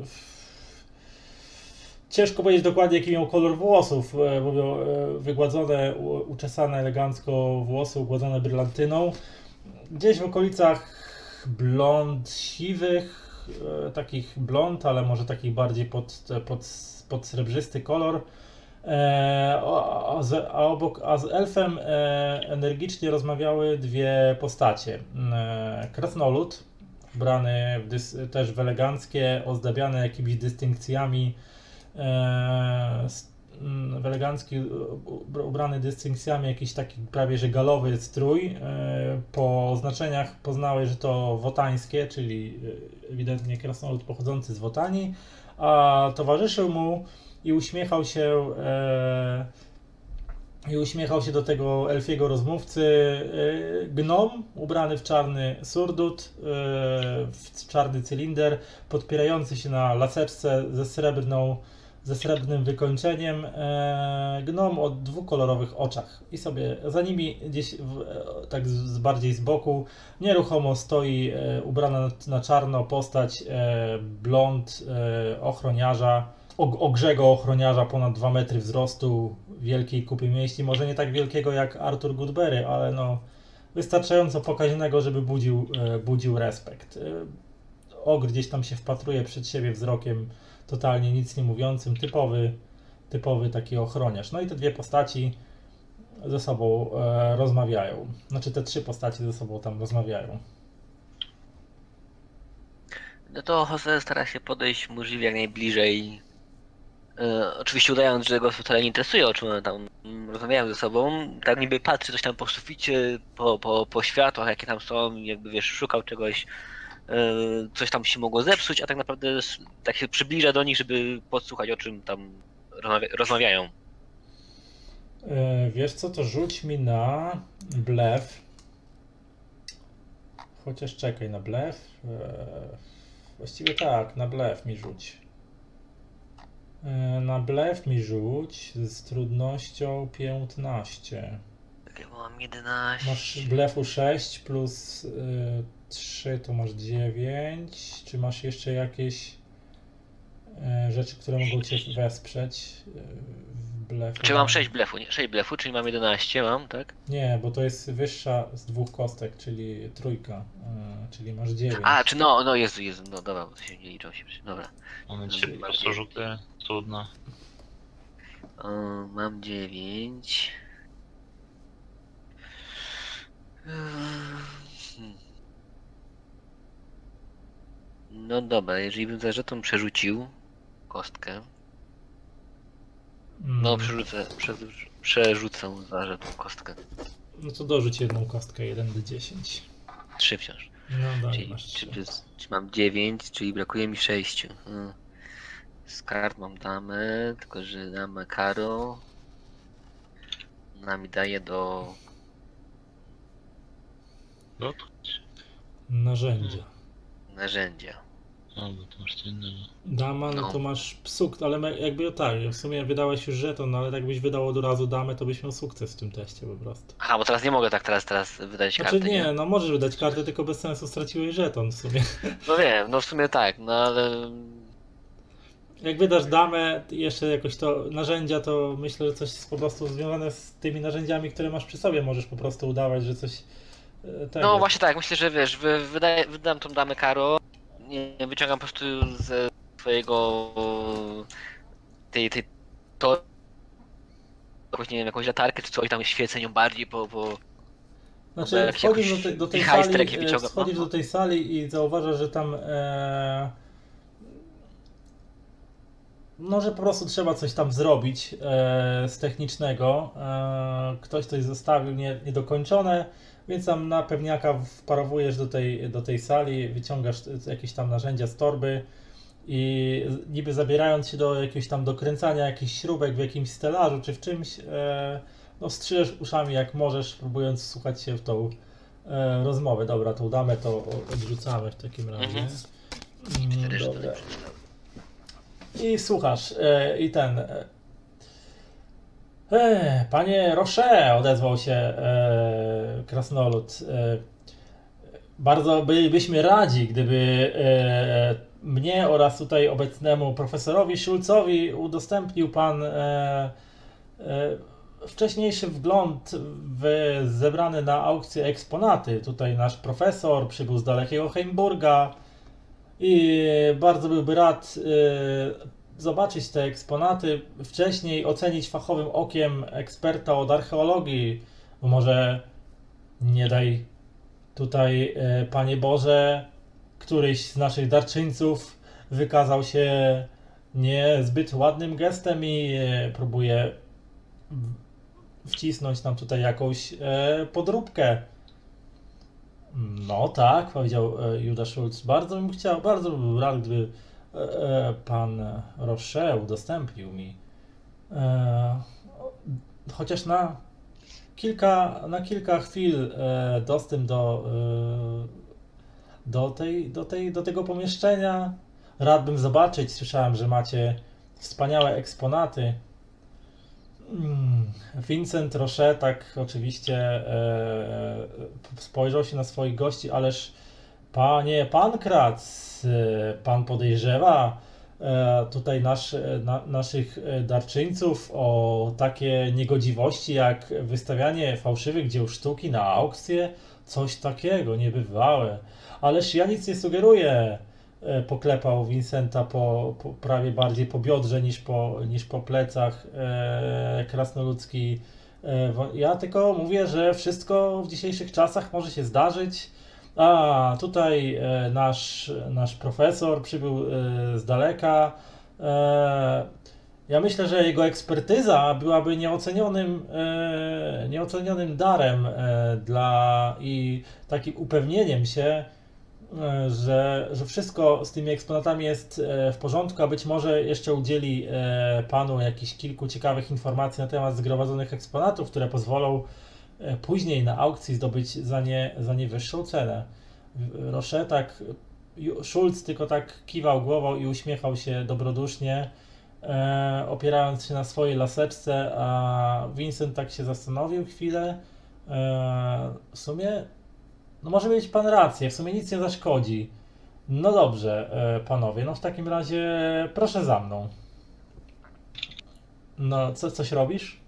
ciężko powiedzieć dokładnie, jaki miał kolor włosów. Mówią wygładzone, uczesane elegancko włosy, ugładzone brylantyną. Gdzieś w okolicach blond siwych, takich blond, ale może takich bardziej pod srebrzysty kolor. A z elfem energicznie rozmawiały dwie postacie. Krasnolud, ubrany też w eleganckie, ozdabiane jakimiś dystynkcjami, ubrany dystynkcjami, jakiś taki prawie że galowy strój. Po oznaczeniach poznałeś, że to wotańskie, czyli ewidentnie krasnolud pochodzący z Wotanii, a towarzyszył mu i uśmiechał się do tego elfiego rozmówcy gnom ubrany w czarny surdut, w czarny cylinder, podpierający się na laseczce ze srebrnym wykończeniem, gnom o dwukolorowych oczach i sobie za nimi gdzieś tak bardziej z boku nieruchomo stoi ubrana na czarno postać blond ochroniarza, ogrzego ochroniarza ponad 2 metry wzrostu, wielkiej kupy mięśni, może nie tak wielkiego jak Arthur Goodberry, ale no wystarczająco pokaźnego, żeby budził respekt. Ogr gdzieś tam się wpatruje przed siebie wzrokiem totalnie nic nie mówiącym, typowy taki ochroniarz. No i te dwie postaci ze sobą rozmawiają. Znaczy te trzy postaci ze sobą tam rozmawiają. No to Jose stara się podejść możliwie jak najbliżej. Oczywiście udając, że go wcale nie interesuje, o czym one tam rozmawiają ze sobą. Tak niby patrzy coś tam po suficie, po światłach, jakie tam są, jakby wiesz, szukał czegoś, coś tam się mogło zepsuć, a tak naprawdę tak się przybliża do nich, żeby podsłuchać, o czym tam rozmawiają. Wiesz co, to rzuć mi na blef. Chociaż czekaj, na blef. Właściwie tak, na blef mi rzuć. Na blef mi rzuć z trudnością 15. Tak, ja mam 11. Masz blefu 6 plus 3 to masz 9. Czy masz jeszcze jakieś rzeczy, które mogą cię wesprzeć w blefu? Czy mam 6 blefu, nie? 6 blefu, czyli mam 11, mam, tak? Nie, bo to jest wyższa z 2 kostek, czyli trójka, czyli masz 9. A, czy no Jezu, no dobra, bo to się nie liczą się, dobra. Momencie, bardzo rzuty, trudno. Mam 9. No dobra, jeżeli bym za żeton przerzucił kostkę. No przerzucę za żeton kostkę. No to dorzuć jedną kostkę, 1d10. 3 wciąż. No daj, Czyli, masz 3. czy mam 9, czyli brakuje mi 6. Z kart mam damę, tylko że damę karo. Ona mi daje do... Narzędzia. Narzędzia. O, bo to masz co innego. Dama, no to masz sukces, ale jakby tak, w sumie wydałeś już żeton, ale jakbyś wydał od razu damę, to byś miał sukces w tym teście po prostu. Aha, bo teraz nie mogę tak teraz wydać Znaczy karty, nie, no możesz wydać kartę, tylko bez sensu straciłeś żeton w sumie. No wiem, no w sumie tak, no ale... Jak wydasz damę i jeszcze jakoś to narzędzia, to myślę, że coś jest po prostu związane z tymi narzędziami, które masz przy sobie, możesz po prostu udawać, że coś tego. No właśnie tak, myślę, że wiesz, wydam tą damę karo, nie wyciągam po prostu ze swojego to nie wiem, jakąś latarkę czy coś tam, świecę nią bardziej Znaczy wchodzisz do tej sali i zauważasz, że tam no, że po prostu trzeba coś tam zrobić z technicznego. Ktoś coś zostawił niedokończone, więc tam na pewniaka wparowujesz do tej sali, wyciągasz jakieś tam narzędzia z torby i niby zabierając się do jakiegoś tam dokręcania jakichś śrubek w jakimś stelażu czy w czymś, no strzyżesz uszami jak możesz, próbując wsłuchać się w tą rozmowę. Dobra, tą damę to odrzucamy w takim razie. Dobra. I słuchasz, i ten... Panie Roche, odezwał się krasnolud. Bardzo bylibyśmy radzi, gdyby mnie oraz tutaj obecnemu profesorowi Schulzowi udostępnił pan wcześniejszy wgląd w zebrane na aukcję eksponaty. Tutaj nasz profesor przybył z dalekiego Heimburga. i bardzo byłby rad zobaczyć te eksponaty, wcześniej ocenić fachowym okiem eksperta od archeologii, bo może nie daj tutaj, Panie Boże, któryś z naszych darczyńców wykazał się niezbyt ładnym gestem i próbuje wcisnąć nam tutaj jakąś podróbkę. No tak, powiedział Juda Schulz. Bardzo bym chciał, bardzo bym rad, gdyby pan Roche udostępnił mi chociaż na kilka chwil dostęp do tego pomieszczenia. Rad bym zobaczyć. Słyszałem, że macie wspaniałe eksponaty. Vincent Roche tak oczywiście spojrzał się na swoich gości, ależ panie Pankrac, pan podejrzewa tutaj naszych darczyńców o takie niegodziwości jak wystawianie fałszywych dzieł sztuki na aukcję? Coś takiego, niebywałe. Ależ ja nic nie sugeruję. Poklepał Vincenta prawie bardziej po biodrze niż po plecach krasnoludzki. Ja tylko mówię, że wszystko w dzisiejszych czasach może się zdarzyć. A tutaj nasz profesor przybył z daleka. Ja myślę, że jego ekspertyza byłaby nieocenionym darem i takim upewnieniem się, że wszystko z tymi eksponatami jest w porządku, a być może jeszcze udzieli panu jakichś kilku ciekawych informacji na temat zgromadzonych eksponatów, które pozwolą później na aukcji zdobyć za nie wyższą cenę. Roche Schulz tylko tak kiwał głową i uśmiechał się dobrodusznie, opierając się na swojej laseczce, a Vincent tak się zastanowił chwilę. W sumie, no może mieć pan rację, w sumie nic nie zaszkodzi. No dobrze, panowie, no w takim razie proszę za mną. No, coś robisz?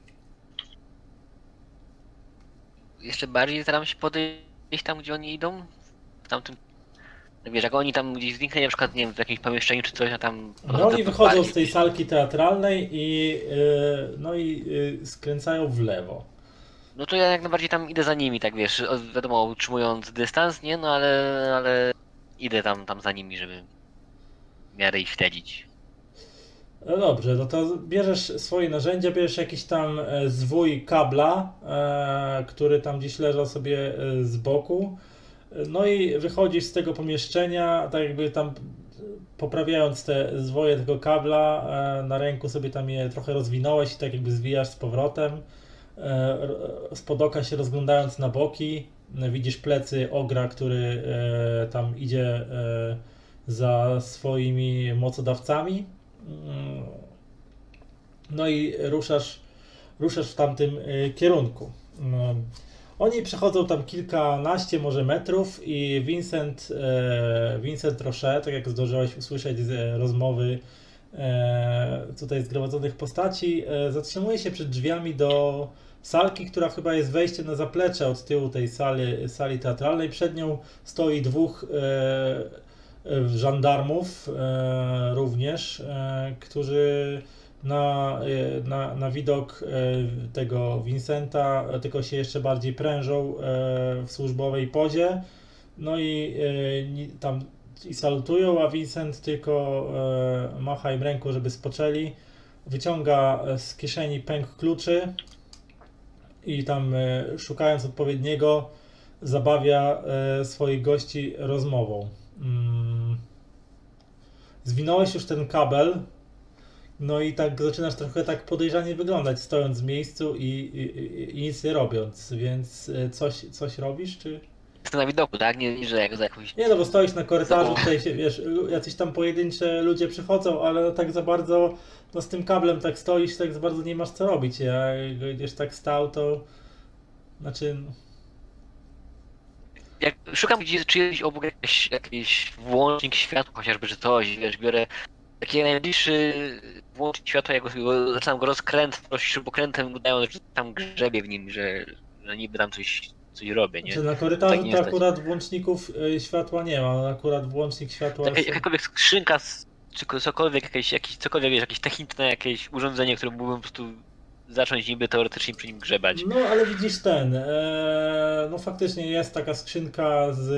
Jeszcze bardziej staram się podejść tam, gdzie oni idą. W tamtym... Wiesz, jak oni tam gdzieś zniknęli, na przykład, nie wiem, w jakimś pomieszczeniu czy coś, a tam... No oni wychodzą z tej salki teatralnej i skręcają w lewo. No to ja jak najbardziej tam idę za nimi, tak wiesz, wiadomo, utrzymując dystans, nie? No ale idę tam za nimi, żeby w miarę ich śledzić. No dobrze, no to bierzesz swoje narzędzia, bierzesz jakiś tam zwój kabla, który tam gdzieś leżał sobie z boku, no i wychodzisz z tego pomieszczenia, tak jakby tam poprawiając te zwoje tego kabla, na ręku sobie tam je trochę rozwinąłeś i tak jakby zwijasz z powrotem. Spod oka się rozglądając na boki, widzisz plecy ogra, który tam idzie za swoimi mocodawcami. No i ruszasz w tamtym kierunku. Oni przechodzą tam kilkanaście może metrów i Vincent Roche, tak jak zdążyłeś usłyszeć z rozmowy tutaj zgromadzonych postaci, zatrzymuje się przed drzwiami do salki, która chyba jest wejściem na zaplecze od tyłu tej sali teatralnej. Przed nią stoi dwóch żandarmów również, którzy na widok tego Vincenta tylko się jeszcze bardziej prężą w służbowej pozie. No i tam i salutują, a Vincent tylko macha im ręką, żeby spoczęli. Wyciąga z kieszeni pęk kluczy i tam szukając odpowiedniego zabawia swoich gości rozmową. Zwinąłeś już ten kabel, no i tak zaczynasz trochę tak podejrzanie wyglądać, stojąc w miejscu i nic nie robiąc, więc coś robisz, czy... Jestem na widoku, tak? Nie, że jak za jakąś... Nie, no bo stoisz na korytarzu, tutaj się, wiesz, jacyś tam pojedyncze ludzie przychodzą, ale tak za bardzo, no z tym kablem tak stoisz, tak za bardzo nie masz co robić. Jak będziesz tak stał, to... Znaczy... Jak szukam gdzieś czyjeś obok jakiś włącznik światła chociażby, czy coś, wiesz, biorę taki najbliższy włącznik światła, jak zaczynam go rozkręcać śrubokrętem, udając, że tam grzebie w nim, że niby tam coś coś robię, nie? Czy na Tak korytarzu nie to stać. akurat włączników światła nie ma, akurat włącznik światła Taka, jest... jakakolwiek skrzynka, czy cokolwiek, cokolwiek, wiesz, jakieś techniczne jakieś urządzenie, które mógłbym po prostu zacząć niby teoretycznie przy nim grzebać. No ale widzisz no faktycznie jest taka skrzynka z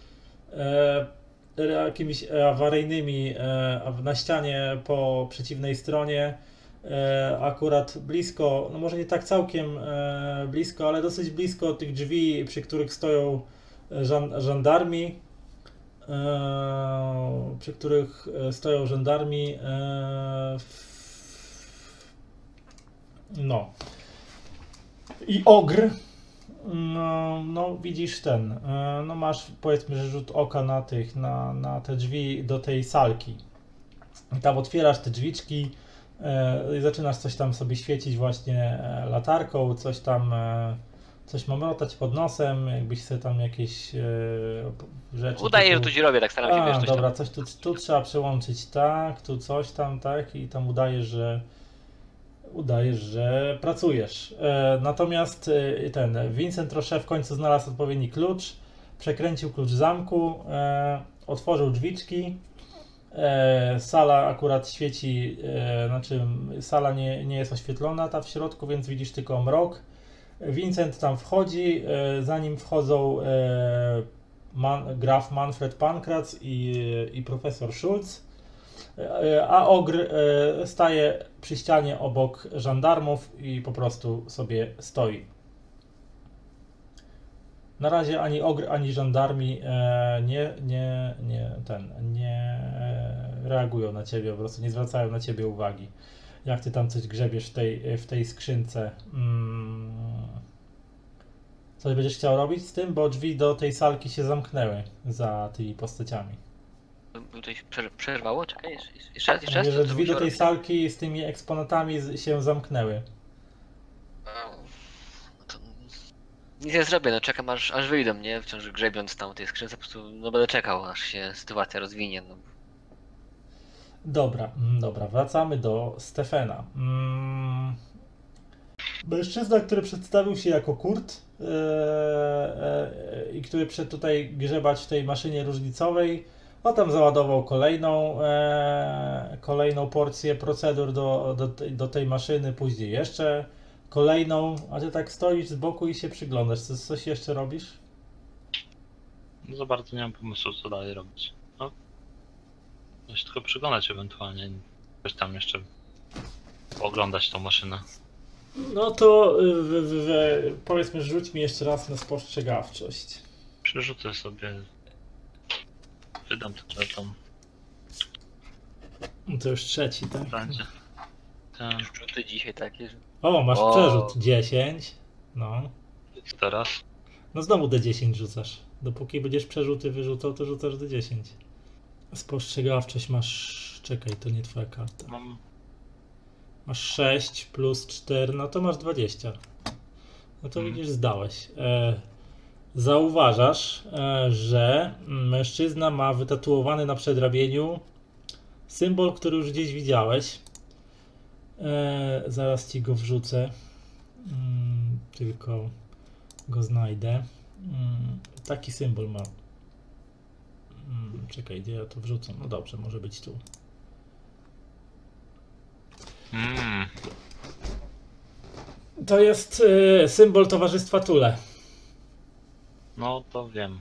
jakimiś awaryjnymi na ścianie po przeciwnej stronie, akurat blisko, no może nie tak całkiem blisko, ale dosyć blisko tych drzwi, przy których stoją żandarmi, przy których stoją żandarmi, no. I ogr, no widzisz no masz powiedzmy, że rzut oka na na te drzwi do tej salki. I tam otwierasz te drzwiczki i zaczynasz coś tam sobie świecić właśnie latarką, coś mamrotać pod nosem, jakbyś sobie tam jakieś rzeczy... Udaje, że coś robię, tak staram się, wiesz, coś dobra, tam. coś tu trzeba przełączyć tak, tu coś tam, tak, i tam udajesz, że pracujesz. Natomiast Vincent Roche w końcu znalazł odpowiedni klucz, przekręcił klucz w zamku, otworzył drzwiczki. Sala akurat świeci, znaczy sala nie jest oświetlona ta w środku, więc widzisz tylko mrok. Vincent tam wchodzi, za nim wchodzą graf Manfred Pankratz i profesor Schulz, a ogr staje przy ścianie obok żandarmów i po prostu sobie stoi. Na razie ani ogr, ani żandarmi nie reagują na ciebie, po prostu nie zwracają na ciebie uwagi. Jak ty tam coś grzebiesz w tej skrzynce. Coś będziesz chciał robić z tym? Bo drzwi do tej salki się zamknęły za tymi postaciami. Coś przerwało? Czekaj, jeszcze raz. Mówię, że Co drzwi do musiał tej robić? salki z tymi eksponatami się zamknęły. No to nic nie zrobię, no czekam aż wyjdą, nie? Wciąż grzebiąc tam w tej skrzynce, po prostu no będę czekał, aż się sytuacja rozwinie. No. Dobra, wracamy do Stefana. Mężczyzna, który przedstawił się jako Kurt i który przyszedł tutaj grzebać w tej maszynie różnicowej, a tam załadował kolejną porcję procedur do tej maszyny, później jeszcze kolejną, a ty tak stoisz z boku i się przyglądasz. Coś jeszcze robisz? No za bardzo nie mam pomysłu, co dalej robić. No, się tylko przyglądać ewentualnie. Coś tam jeszcze oglądać tą maszynę. No to powiedzmy, rzuć mi jeszcze raz na spostrzegawczość. Przerzucę sobie. Wydam tyle tam. No to już trzeci, tak? Będzie. Ten. Rzuty dzisiaj takie, że... O, masz przerzut 10. No. Teraz. No znowu D10 rzucasz. Dopóki będziesz przerzuty wyrzucał, to rzucasz D10. Spostrzegawczość masz... Czekaj, to nie twoja karta. Masz 6 plus 4, no to masz 20. No to widzisz, zdałeś. Zauważasz, że mężczyzna ma wytatuowany na przedramieniu symbol, który już gdzieś widziałeś. Zaraz ci go wrzucę. Tylko go znajdę. Taki symbol ma. Czekaj, gdzie ja to wrzucę? No dobrze, może być tu. To jest symbol Towarzystwa Thule. No to wiem.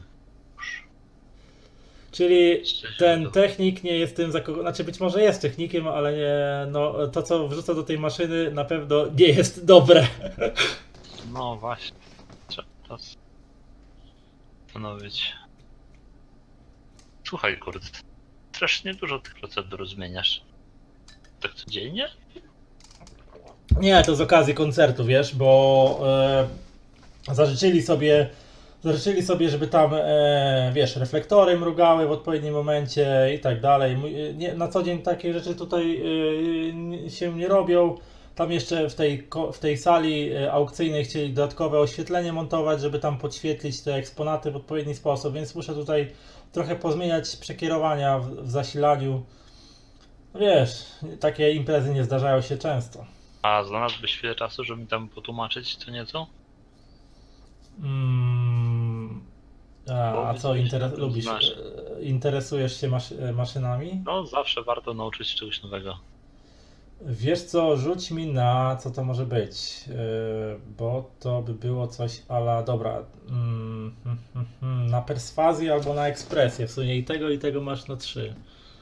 Czyli ten technik nie jest tym, znaczy być może jest technikiem, ale nie, no, to co wrzuca do tej maszyny na pewno nie jest dobre. No właśnie. Trzeba to zastanowić. Słuchaj, kurde. Strasznie dużo tych procedur zmieniasz. Tak codziennie? Nie, to z okazji koncertu, wiesz, bo zażyczyli sobie, żeby tam, wiesz, reflektory mrugały w odpowiednim momencie i tak dalej. Na co dzień takie rzeczy tutaj się nie robią. Tam jeszcze w tej sali aukcyjnej chcieli dodatkowe oświetlenie montować, żeby tam podświetlić te eksponaty w odpowiedni sposób, więc muszę tutaj trochę pozmieniać przekierowania w zasilaniu. Wiesz, takie imprezy nie zdarzają się często. A znalazłbyś chwilę czasu, żeby mi tam potłumaczyć co nieco? A co, widzę, że się na tym lubisz, znasz. interesujesz się maszynami? No, zawsze warto nauczyć się czegoś nowego. Wiesz co, rzuć mi na, co to może być, bo to by było coś ala, dobra, na perswazję albo na ekspresję, w sumie i tego masz na 3.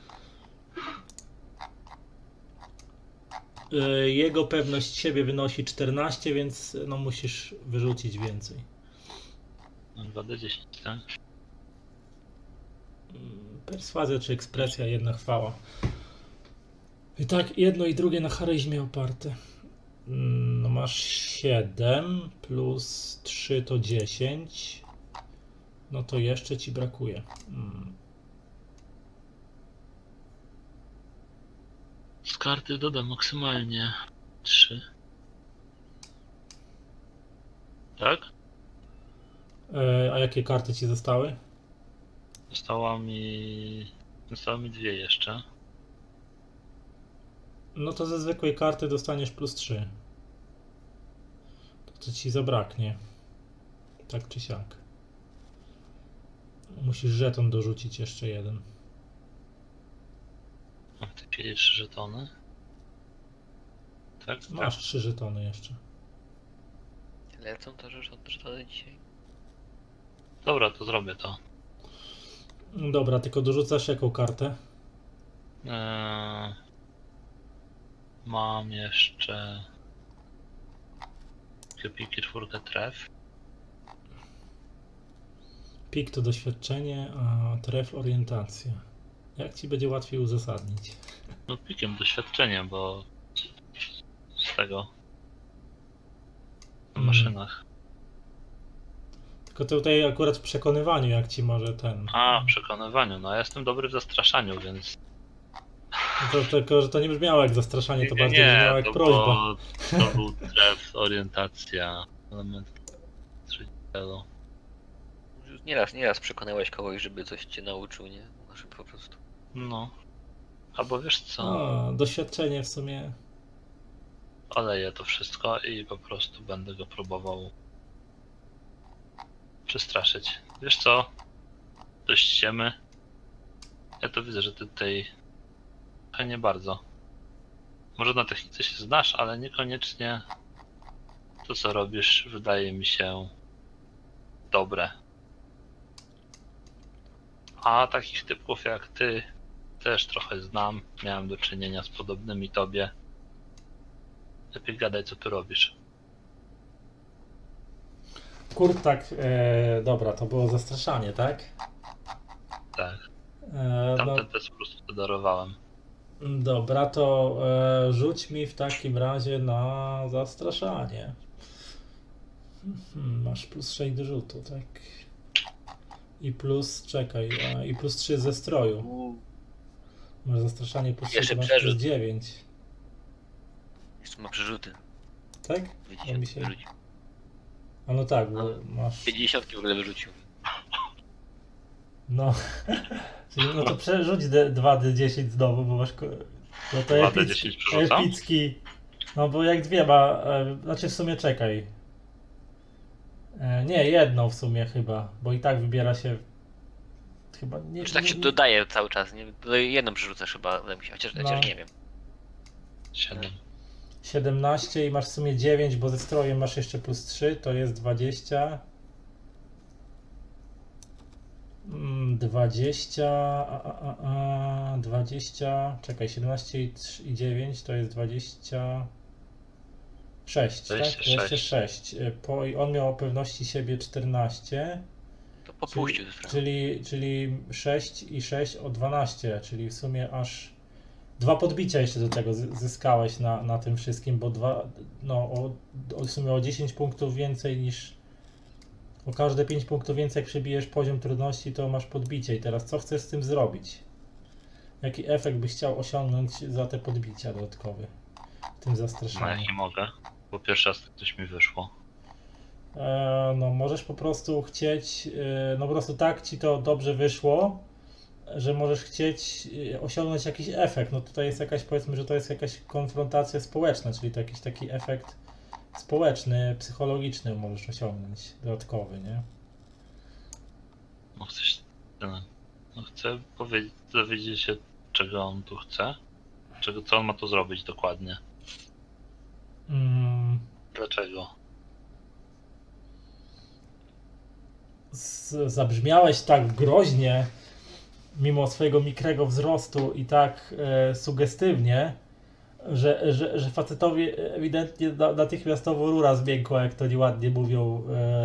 Jego pewność siebie wynosi 14, więc no musisz wyrzucić więcej. 2D10, tak? Perswazja czy ekspresja, jedna chwała. I tak jedno i drugie na charyzmie oparte. No masz 7 plus 3 to 10. No to jeszcze ci brakuje. Z karty dodam maksymalnie 3. Tak? A jakie karty ci zostały? Zostały mi 2 jeszcze. No to ze zwykłej karty dostaniesz plus 3. To ci zabraknie. Tak czy siak. Musisz żeton dorzucić jeszcze jeden. Mam w tej chwili 3 żetony. Tak? Masz 3 żetony jeszcze. Lecą to, że dzisiaj. Dobra, to zrobię to. Dobra, tylko dorzucasz jaką kartę? Mam jeszcze piki 4 tref. Pik to doświadczenie, a tref orientacja. Jak ci będzie łatwiej uzasadnić? No pikiem doświadczenie, bo z tego w maszynach. Tylko tutaj akurat w przekonywaniu, jak ci może ten... A, w przekonywaniu. No ja jestem dobry w zastraszaniu, więc... Tylko, że to nie brzmiało jak zastraszanie, to bardziej brzmiało jak to prośba. To był tref, orientacja, element celu. Nieraz przekonałeś kogoś, żeby coś cię nauczył, nie? Może po prostu. No. Albo wiesz co, Doświadczenie w sumie. oleję to wszystko i po prostu będę go próbował przestraszyć. Wiesz co? Dość ciemy. Ja to widzę, że ty tutaj nie bardzo. Może na technice się znasz, ale niekoniecznie to co robisz wydaje mi się dobre. A takich typów jak ty też trochę znam. Miałem do czynienia z podobnymi tobie. Lepiej gadaj co tu robisz. Kurtak, dobra, to było zastraszanie, tak? Tak. No, Tamten też po prostu podarowałem. dobra, to rzuć mi w takim razie na zastraszanie. Masz plus 6 do rzutu, tak? I plus, czekaj, i plus 3 ze stroju. Masz zastraszanie plus 3, Jeszcze to masz plus przerzut. 9. Jeszcze ma przerzuty. Tak? Widzicie, No mi się... wyrzucił. A no tak, bo masz... 50 w ogóle wyrzucił. No, czyli no to przerzuć 2d10 znowu, bo masz... No to 2d10 przerzucam? epicki. No bo jak dwie ma... Znaczy w sumie czekaj. Nie, jedną w sumie chyba, bo i tak wybiera się... Chyba nie... Czy tak się dodaje cały czas, nie? Jedną przerzucasz chyba, chociaż nie wiem. 7. 17 i masz w sumie 9, bo ze strojem masz jeszcze plus 3, to jest 20. 20, czekaj, 17 i 9 to jest 26, tak? 26. On miał o pewności siebie 14, To popuścił ze strachu. czyli 6 i 6 o 12, czyli w sumie aż 2 podbicia jeszcze do tego zyskałeś na tym wszystkim, bo w sumie o 10 punktów więcej niż... O każde 5 punktów więcej jak przebijesz poziom trudności, to masz podbicie. I teraz co chcesz z tym zrobić? Jaki efekt byś chciał osiągnąć za te podbicia dodatkowe w tym No zastraszaniu? jak nie mogę, bo pierwszy raz coś mi wyszło. No możesz po prostu chcieć, no po prostu tak ci to dobrze wyszło, że możesz chcieć osiągnąć jakiś efekt. No tutaj jest jakaś, powiedzmy, że to jest jakaś konfrontacja społeczna, czyli to jakiś taki efekt społeczny, psychologiczny możesz osiągnąć dodatkowy, nie? No chcesz... No chcę dowiedzieć się, czego on tu chce. Co on ma tu zrobić dokładnie. Dlaczego? Zabrzmiałeś tak groźnie, mimo swojego mikrego wzrostu i tak sugestywnie, że facetowi ewidentnie natychmiastowo rura zmiękła, jak to nieładnie mówią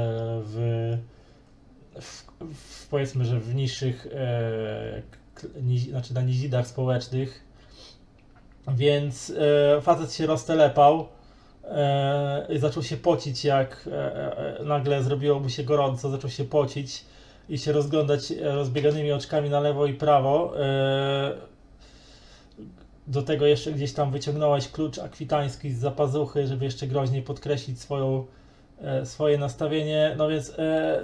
powiedzmy, że w niższych, znaczy na nizinach społecznych. Więc facet się roztelepał i zaczął się pocić, jak nagle zrobiło mu się gorąco, zaczął się pocić i się rozglądać rozbieganymi oczkami na lewo i prawo. Do tego jeszcze gdzieś tam wyciągnąłeś klucz akwitański z zapazuchy, żeby jeszcze groźniej podkreślić swoje nastawienie. No więc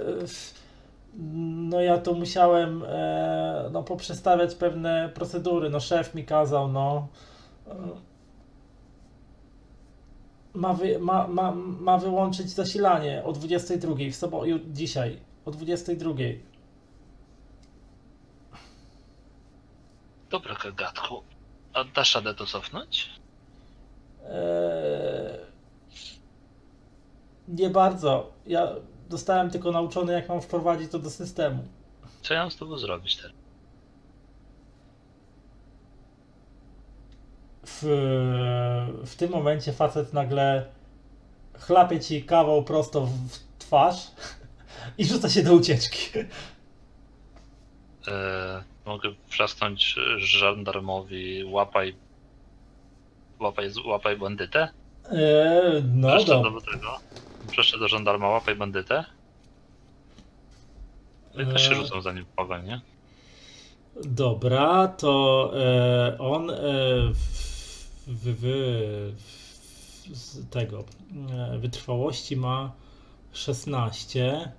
no ja tu musiałem no poprzestawiać pewne procedury. No szef mi kazał, no. Ma wyłączyć zasilanie o 22 w sobotę, dzisiaj o 22. Dobra, gagatku. A dasz radę to cofnąć? Nie bardzo. Ja zostałem tylko nauczony, jak mam wprowadzić to do systemu. Co ja mam z tobą zrobić teraz? W tym momencie facet nagle chlapie ci kawał prosto w twarz i rzuca się do ucieczki. Mogę wrzasnąć żandarmowi łapaj bandytę? No Przeszedł do żandarma, łapaj bandytę. No i też się rzucam za nim w pogoń, nie? Dobra, to on z tego wytrwałości ma 16.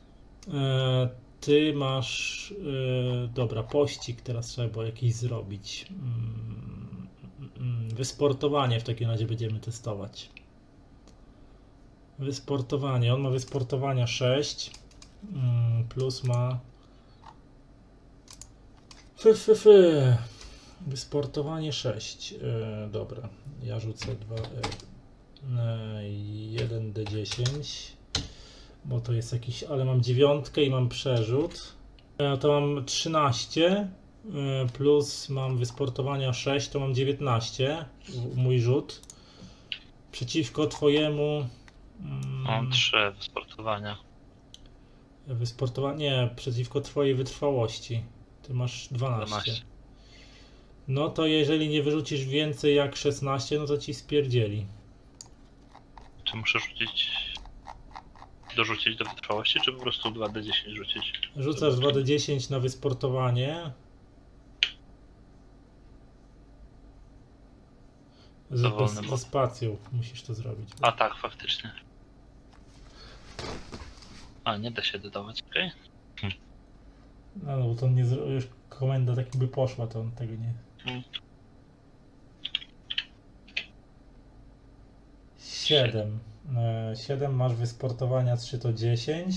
Ty masz dobra, pościg teraz trzeba było jakiś zrobić. Wysportowanie w takim razie będziemy testować. Wysportowanie, on ma wysportowania 6 plus ma wysportowanie 6. Dobra, ja rzucę 1d10, bo to jest jakiś, ale mam 9 i mam przerzut. To mam 13 plus mam wysportowania 6, to mam 19 mój rzut. Przeciwko twojemu mam 3 wysportowania. Wysportowanie przeciwko twojej wytrwałości. Ty masz 12. No to jeżeli nie wyrzucisz więcej jak 16, no to ci spierdzieli. Czy muszę dorzucić do wytrwałości, czy po prostu 2d10 rzucić? Rzucasz 2d10 na wysportowanie. Ze spacją musisz to zrobić. A tak, faktycznie. A, nie da się dodawać, okej? No bo to nie już komenda tak jakby poszła, to on tego nie... 7. 7 masz wysportowania 3 to 10.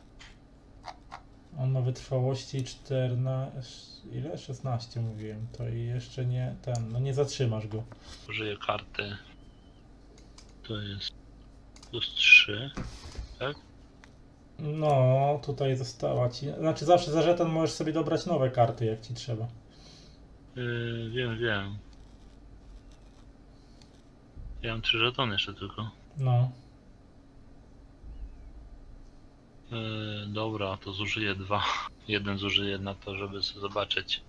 On ma wytrwałości 14... Ile? 16 mówiłem. To i jeszcze nie ten... No nie zatrzymasz go. Użyję karty. To jest plus 3, tak? No, tutaj została ci... Znaczy zawsze za żeton możesz sobie dobrać nowe karty, jak ci trzeba. Wiem. Ja mam 3 żetony jeszcze tylko. No. Dobra, to zużyję 2. Jeden zużyję na to, żeby sobie zobaczyć.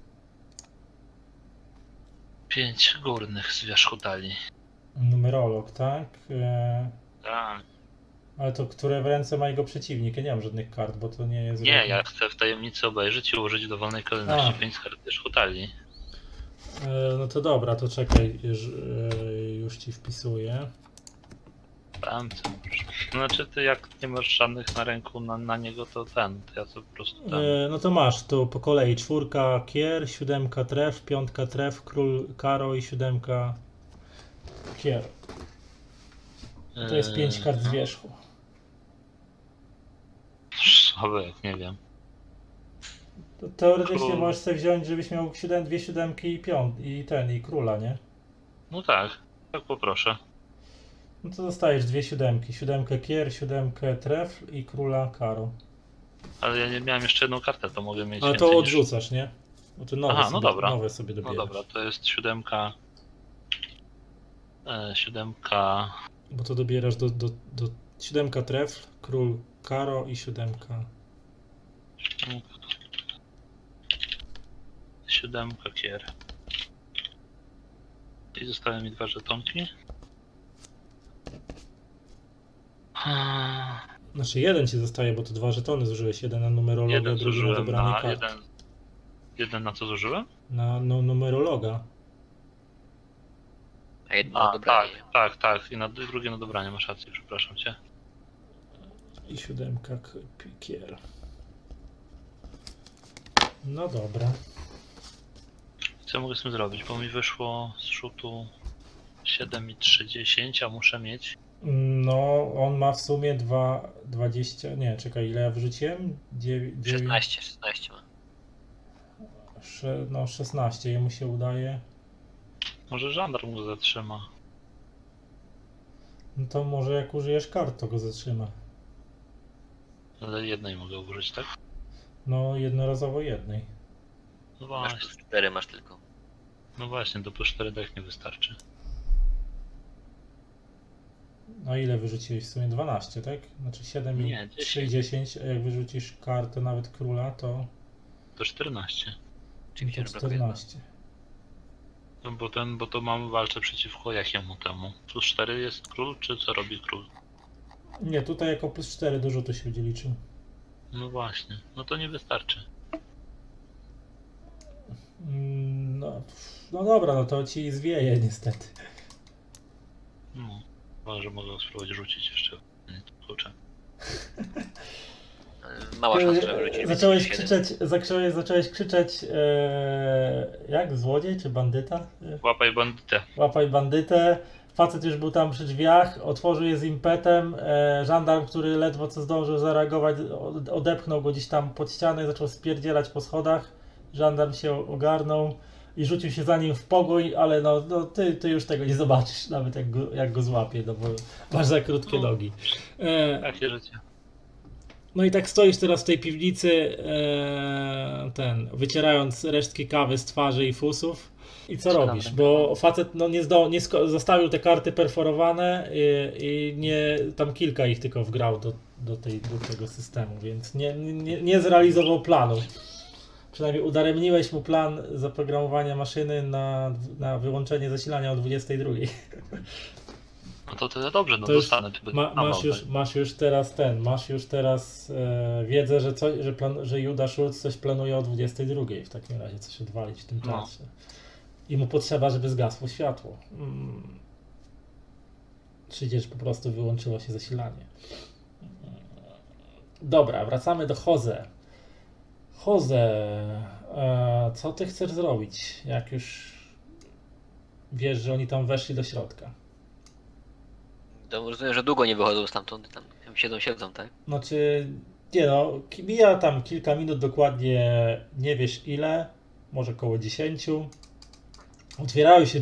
5 górnych z wierzchu talii. Numerolog, tak? Tak. Ale to które w ręce ma jego przeciwnik? Ja nie mam żadnych kart, bo to nie jest... Nie, ja chcę w tajemnicy obejrzeć i ułożyć w dowolnej kolejności 5 kart wierzchu talii. No to dobra, to czekaj, już ci wpisuję. Tam, znaczy ty jak nie masz żadnych na ręku na niego, to ja to po prostu no to masz tu po kolei 4 kier, 7 tref, 5 tref, król karo i 7 kier. To jest 5 kart z wierzchu. Słabe, jak nie wiem. To teoretycznie Król. możesz sobie wziąć, żebyś miał dwie siódemki i króla, nie? No tak, tak poproszę. No to dostajesz dwie siódemki. Siódemkę kier, siódemkę trefl i króla karo. Ale ja nie miałem jeszcze jedną kartę, to mogę mieć Ale więcej to niż... odrzucasz, nie? Bo ty nowe, Aha, no sobie, dobra. nowe sobie No dobierasz. dobra, to jest siódemka... siódemka... Bo to dobierasz do siódemka trefl, król karo i siódemka. Siódemka kier. I zostały mi 2 żetonki. Znaczy jeden ci zostaje, bo to 2 żetony zużyłeś. Jeden na numerologię, Jeden drugi na zużyłem dobranie na kart. jeden na co zużyłem? Na numerologa. A jedno A, dobranie. tak. I drugie na dobranie, masz rację, przepraszam cię. I siódemka kier. No dobra. Co ja mogę z tym zrobić? Bo mi wyszło z rzutu 7 i 3, 10, a muszę mieć... No, on ma w sumie 20. Nie, czekaj, ile ja wyrzuciłem? 16 ma. No, 16, jemu się udaje. Może żandarm go zatrzyma. No to może jak użyjesz kart, to go zatrzyma. Ale jednej mogę użyć, tak? No, jednorazowo jednej. No Masz właśnie, plus 4 masz tylko. no właśnie, do plus 4 dech nie wystarczy. No ile wyrzuciłeś? W sumie 12, tak? Znaczy 7 Nie, i 3 i 10, a jak wyrzucisz kartę nawet króla, to, To 14. Czyli to cię brakuje. 14. No bo to mam walczę przeciwko jakiemu temu? Plus 4 jest król, czy co robi król? Nie, tutaj jako plus 4 do rzutu się będzie liczył. No właśnie, no to nie wystarczy. No dobra, no to ci zwieje niestety. No, może mogę spróbować rzucić jeszcze. Nie, to kluczem. Mała szansa, żeby wrócić. Zacząłeś krzyczeć jak? Złodziej czy bandyta? Łapaj bandytę. Łapaj bandytę. Facet już był tam przy drzwiach, otworzył je z impetem. Żandarm, który ledwo co zdążył zareagować, odepchnął go gdzieś tam pod ścianę i zaczął spierdzielać po schodach. Żandarm się ogarnął i rzucił się za nim w pogój, ale no ty już tego nie zobaczysz, nawet jak go złapie, no bo masz za krótkie nogi. Takie życie. No i tak stoisz teraz w tej piwnicy, wycierając resztki kawy z twarzy i fusów. I co robisz? Bo facet zostawił te karty perforowane i tam kilka ich tylko wgrał do tego systemu, więc nie zrealizował planu. Przynajmniej udaremniłeś mu plan zaprogramowania maszyny na wyłączenie zasilania o 22. No to tyle dobrze, no To już dostanę. masz już teraz wiedzę, że Juda Schulz coś planuje o 22 w takim razie, coś odwalić w tym czasie. I mu potrzeba, żeby zgasło światło. Czydzież po prostu wyłączyło się zasilanie. Dobra, wracamy do Jose. Jose, co ty chcesz zrobić, jak już wiesz, że oni tam weszli do środka? To rozumiem, że długo nie wychodzą stamtąd, tam siedzą, tak? Znaczy, nie no, mija tam kilka minut, dokładnie nie wiesz ile, może około 10. Otwierają się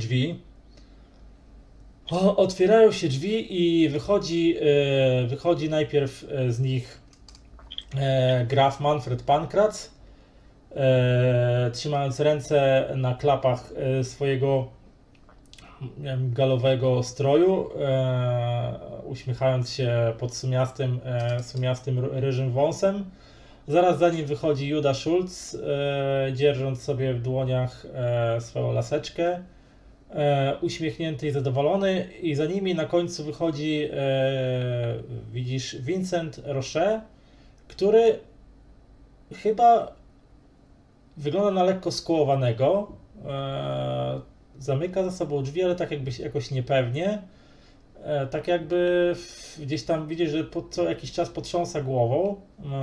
drzwi i wychodzi najpierw z nich graf Manfred Pankratz, trzymając ręce na klapach swojego galowego stroju, uśmiechając się pod sumiastym ryżym wąsem. Zaraz za nim wychodzi Juda Schulz, dzierżąc sobie w dłoniach swoją laseczkę, uśmiechnięty i zadowolony, i za nimi na końcu wychodzi, widzisz, Vincent Roche, który chyba wygląda na lekko skołowanego, zamyka za sobą drzwi, ale tak jakby jakoś niepewnie, tak jakby gdzieś tam widzisz, że co jakiś czas potrząsa głową,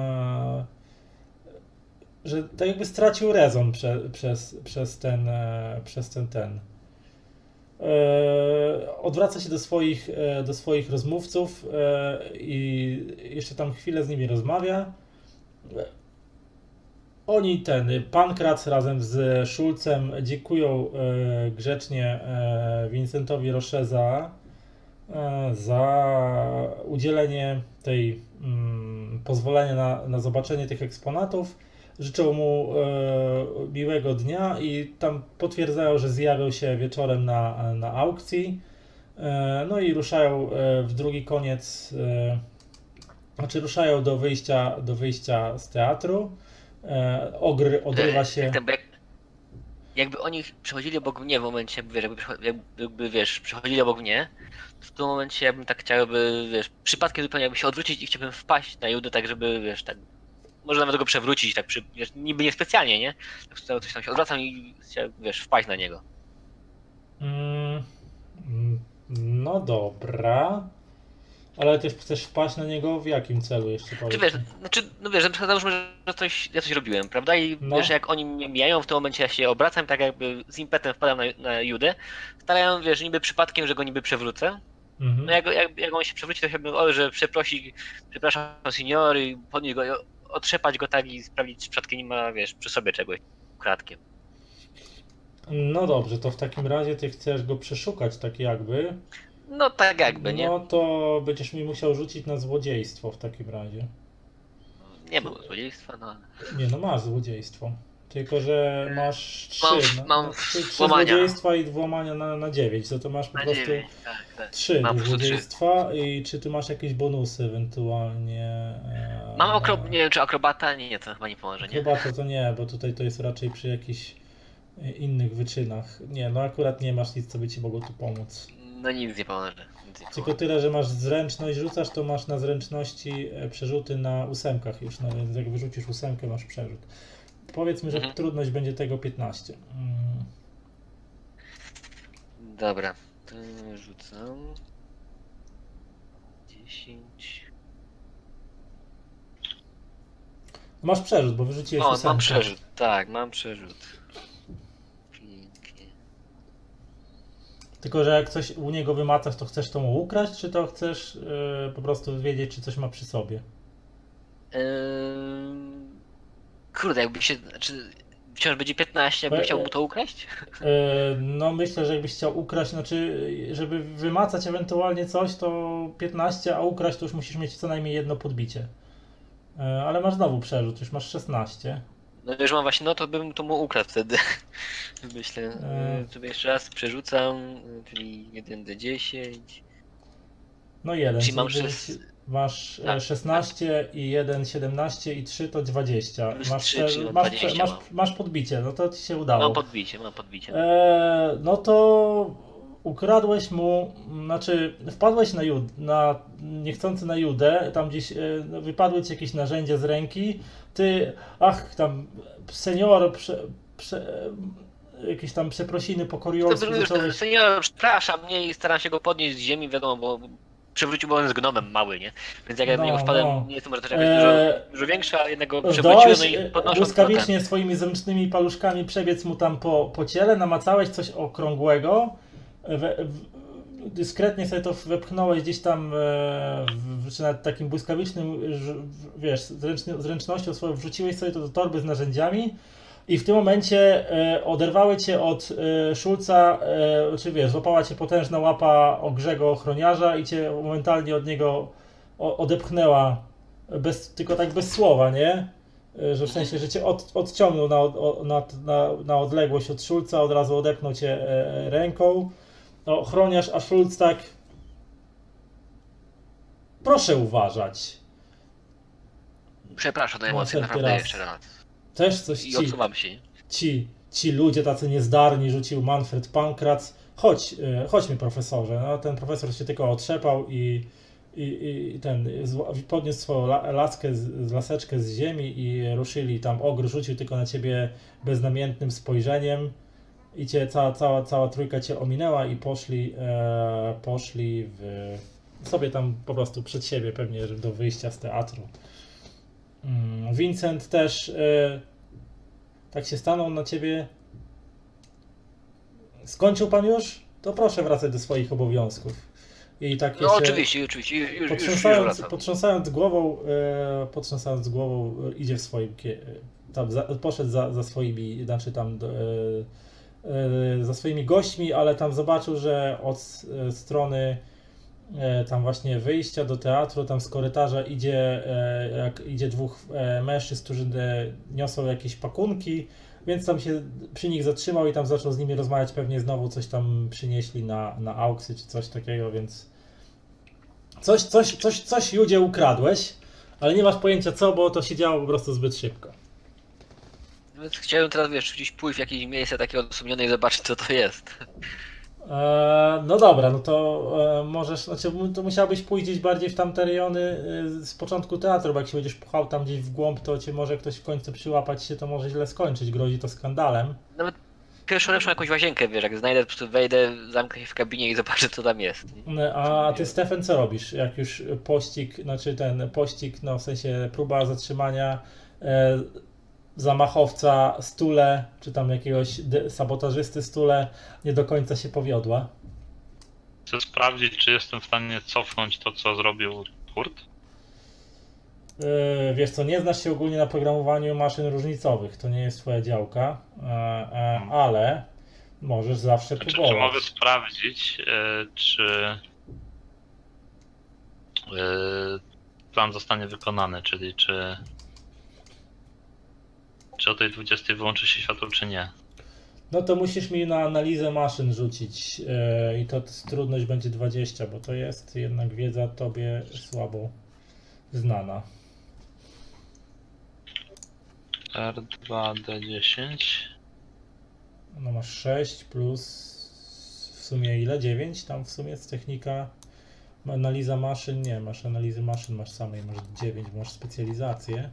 że tak jakby stracił rezon przez ten. Odwraca się do swoich rozmówców i jeszcze tam chwilę z nimi rozmawia. Oni Pankrac razem z Schulzem dziękują grzecznie Vincentowi Roche za udzielenie tej pozwolenia na zobaczenie tych eksponatów. Życzą mu miłego dnia i tam potwierdzają, że zjawią się wieczorem na aukcji. No i ruszają w drugi koniec, znaczy ruszają do wyjścia z teatru. Ogr odrywa się. Jakby oni przechodzili obok mnie w momencie, jakby wiesz, przechodzili obok mnie, to w tym momencie ja bym tak chciał, wiesz, przypadkiem zupełnie jakby się odwrócić i chciałbym wpaść na Judę, tak żeby, wiesz, tak, może nawet go przewrócić, tak, wiesz, niby niespecjalnie, nie? Tak coś tam się odwracam i chciałem, wiesz, wpaść na niego. No dobra. Ale ty chcesz wpaść na niego w jakim celu jeszcze powiedz? Czy wiesz, no wiesz, załóżmy, że ja coś robiłem, prawda? I wiesz, jak oni mnie mijają, w tym momencie ja się obracam, tak jakby z impetem wpadam na Judę, starają, wiesz, niby przypadkiem, że go niby przewrócę. No jak on się przewróci, to chciałbym, że przepraszam senior i podnieść go, otrzepać go tak i sprawdzić, czy przypadkiem nie ma, wiesz, przy sobie czegoś ukradkiem. No dobrze, to w takim razie ty chcesz go przeszukać tak jakby. No tak jakby, nie? No to będziesz mi musiał rzucić na złodziejstwo w takim razie. Nie mam złodziejstwa, no ale... Nie, no masz złodziejstwo. Tylko, że masz 3. Mam trzy włamania. Złodziejstwa i włamania na 9, to masz po prostu 9, tak. 3 Mam złodziejstwa. I czy ty masz jakieś bonusy ewentualnie? Mam nie wiem, czy akrobata? Nie, to chyba nie pomoże, nie? Akrobata to nie, bo tutaj to jest raczej przy jakichś innych wyczynach. Nie, no akurat nie masz nic, co by ci mogło tu pomóc. No nic nie pomoże. Tylko tyle, że masz zręczność, rzucasz, to masz na zręczności przerzuty na 8 już, no więc jak wyrzucisz 8, masz przerzut. Powiedzmy, że trudność będzie tego 15. Dobra, to rzucam. 10. Masz przerzut, bo wyrzuciłeś 8. Mam przerzut, tak, mam przerzut. Pięknie. Tylko, że jak coś u niego wymacasz, to chcesz to mu ukraść, czy to chcesz po prostu wiedzieć, czy coś ma przy sobie? Kurde, jakby się, znaczy wciąż będzie 15, jakby chciał mu to ukraść? No myślę, że jakbyś chciał ukraść, znaczy żeby wymacać ewentualnie coś, to 15, a ukraść to już musisz mieć co najmniej jedno podbicie. Ale masz znowu przerzut, już masz 16. No już mam właśnie, no to bym to mu ukradł wtedy. Myślę, sobie jeszcze raz przerzucam, czyli 1d10. No 1, czyli mam masz 16 i 1, 17 i 3 to 20. Masz 3, czyli 20 masz podbicie, no to ci się udało. Mam podbicie. No to ukradłeś mu, znaczy wpadłeś niechcący na Judę, tam gdzieś wypadły ci jakieś narzędzia z ręki, ty, tam senior, jakieś tam przeprosiny po koriolsku zacząłeś... Senior, przepraszam, nie, i staram się go podnieść z ziemi, wiadomo, bo przewrócił, bo on jest gnomem mały, nie? Więc jak ja do niego wpadłem, nie jestem może też jakaś dużo większa, a jednego przewróciłem, no i podnosząc błyskawicznie swoimi zręcznymi paluszkami przebiec mu tam po ciele, namacałeś coś okrągłego, dyskretnie sobie to wepchnąłeś gdzieś tam, czy nawet takim błyskawicznym, wiesz, zręcznością swoją wrzuciłeś sobie to do torby z narzędziami i w tym momencie oderwały cię od Schulza, czy wiesz, złapała cię potężna łapa ogrzego ochroniarza i cię momentalnie od niego odepchnęła, tylko tak bez słowa, nie? Że w sensie, że cię odciągnął na odległość od Schulza, od razu odepchnął cię ręką. No, ochroniarz, a Schulz tak... Proszę uważać. Przepraszam, to emocje, naprawdę jeszcze raz. Też coś I odsuwam się. Ci ludzie tacy niezdarni, rzucił Manfred Pankrac. Chodźmy profesorze. No, ten profesor się tylko otrzepał i podniósł swoją laseczkę z ziemi i ruszyli tam. Ogr rzucił tylko na ciebie beznamiętnym spojrzeniem i cała trójka cię ominęła i poszli sobie tam po prostu przed siebie pewnie do wyjścia z teatru. Vincent też tak się stanął na ciebie. Skończył pan już? To proszę wracać do swoich obowiązków. I tak no oczywiście, już potrząsając głową idzie w swoim tam poszedł za swoimi, znaczy tam za swoimi gośćmi, ale tam zobaczył, że od strony tam właśnie wyjścia do teatru, tam z korytarza idzie dwóch mężczyzn, którzy niosą jakieś pakunki, więc tam się przy nich zatrzymał i tam zaczął z nimi rozmawiać, pewnie znowu coś tam przynieśli na aukcję czy coś takiego, więc coś Judzie ukradłeś, ale nie masz pojęcia co, bo to się działo po prostu zbyt szybko. Więc chciałem teraz, wiesz, gdzieś pójść w jakieś miejsce takie odosobnione i zobaczyć, co to jest. No dobra, no to możesz, znaczy to musiałbyś pójść gdzieś bardziej w tamte rejony z początku teatru, bo jak się będziesz pchał tam gdzieś w głąb, to cię może ktoś w końcu przyłapać się, to może źle skończyć, grozi to skandalem. Nawet pierwszą lepszą jakąś łazienkę, wiesz, jak znajdę, po prostu wejdę, zamknę się w kabinie i zobaczę, co tam jest. A ty, Stefan, co robisz? Jak już pościg, znaczy ten pościg, no w sensie próba zatrzymania zamachowca stule, czy tam jakiegoś sabotażysty stule nie do końca się powiodła. Chcę sprawdzić, czy jestem w stanie cofnąć to, co zrobił Kurt. Wiesz co, nie znasz się ogólnie na programowaniu maszyn różnicowych, to nie jest twoja działka, ale możesz zawsze Czy próbować. mogę sprawdzić, czy plan zostanie wykonany, czyli czy o tej 20 wyłączy się światło, czy nie? No to musisz mi na analizę maszyn rzucić i to trudność będzie 20, bo to jest jednak wiedza tobie słabo znana. R2D10. No masz 6 plus w sumie ile? 9? Tam w sumie jest technika. Analiza maszyn, nie, masz analizy maszyn, masz samej, masz 9, masz specjalizację.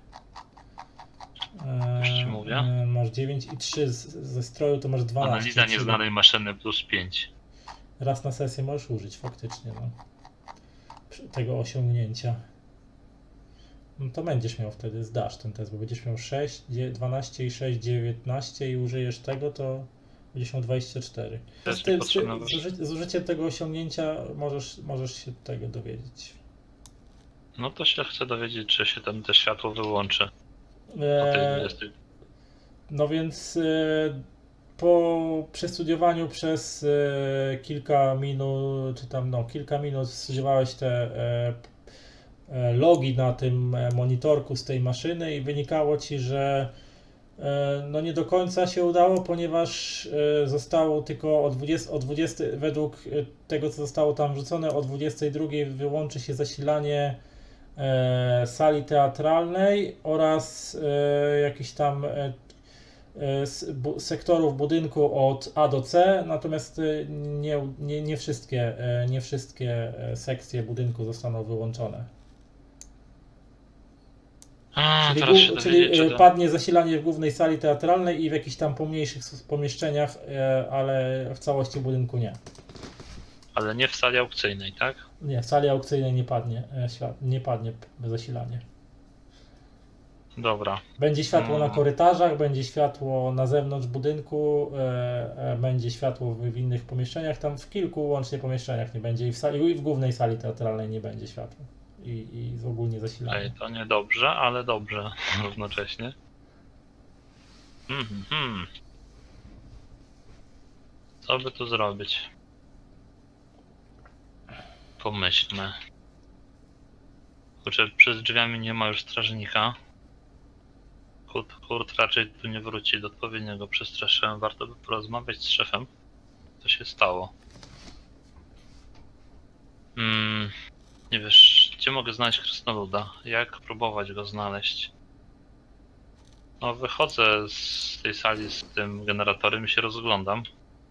Już ci mówię. Masz 9 i 3 ze stroju to masz 12. Analiza nieznanej maszyny plus 5. Raz na sesję możesz użyć faktycznie, no. Tego osiągnięcia. No to będziesz miał wtedy, zdasz ten test, bo będziesz miał 6, 12 i 6, 19 i użyjesz tego, to będziesz miał 24. Z użyciem tego osiągnięcia możesz się tego dowiedzieć. No to się chcę dowiedzieć, czy się tam te światło wyłączy. No więc po przestudiowaniu przez kilka minut, czy tam kilka minut studiowałeś te logi na tym monitorku z tej maszyny i wynikało ci, że no nie do końca się udało, ponieważ zostało tylko o 20 według tego, co zostało tam wrzucone, o 22 wyłączy się zasilanie sali teatralnej oraz jakichś tam sektorów budynku od A do C, natomiast nie wszystkie sekcje budynku zostaną wyłączone. Czyli padnie zasilanie w głównej sali teatralnej i w jakichś tam pomniejszych pomieszczeniach, ale w całości budynku nie. Ale nie w sali aukcyjnej, tak? Nie, w sali aukcyjnej nie padnie zasilanie. Dobra. Będzie światło na korytarzach, będzie światło na zewnątrz budynku, będzie światło w innych pomieszczeniach, tam w kilku łącznie pomieszczeniach nie będzie i w głównej sali teatralnej nie będzie światła i ogólnie zasilanie. Ej, to niedobrze, ale dobrze równocześnie. Co by tu zrobić? Pomyślmy. Kurczę, przez drzwiami nie ma już strażnika. Kurt raczej tu nie wróci, do odpowiedniego przestraszyłem. Warto by porozmawiać z szefem. Co się stało? Nie wiesz, gdzie mogę znaleźć krasnoluda? Jak próbować go znaleźć? No, wychodzę z tej sali z tym generatorem i się rozglądam.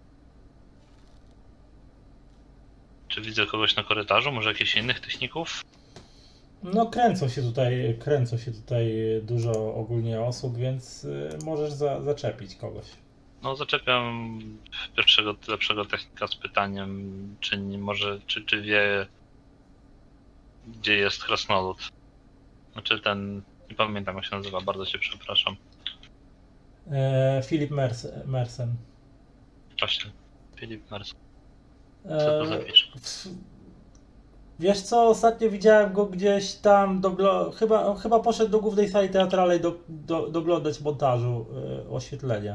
Czy widzę kogoś na korytarzu? Może jakichś innych techników? No kręcą się tutaj dużo ogólnie osób, więc możesz zaczepić kogoś. No zaczepiam pierwszego lepszego technika z pytaniem, czy wie, gdzie jest krasnolud. Znaczy ten, nie pamiętam jak się nazywa, bardzo cię przepraszam. Philip Mersen. Właśnie, Philip Mersen. Co to zapisz? Wiesz co, ostatnio widziałem go gdzieś tam, chyba poszedł do głównej sali teatralnej doglądać montażu oświetlenia.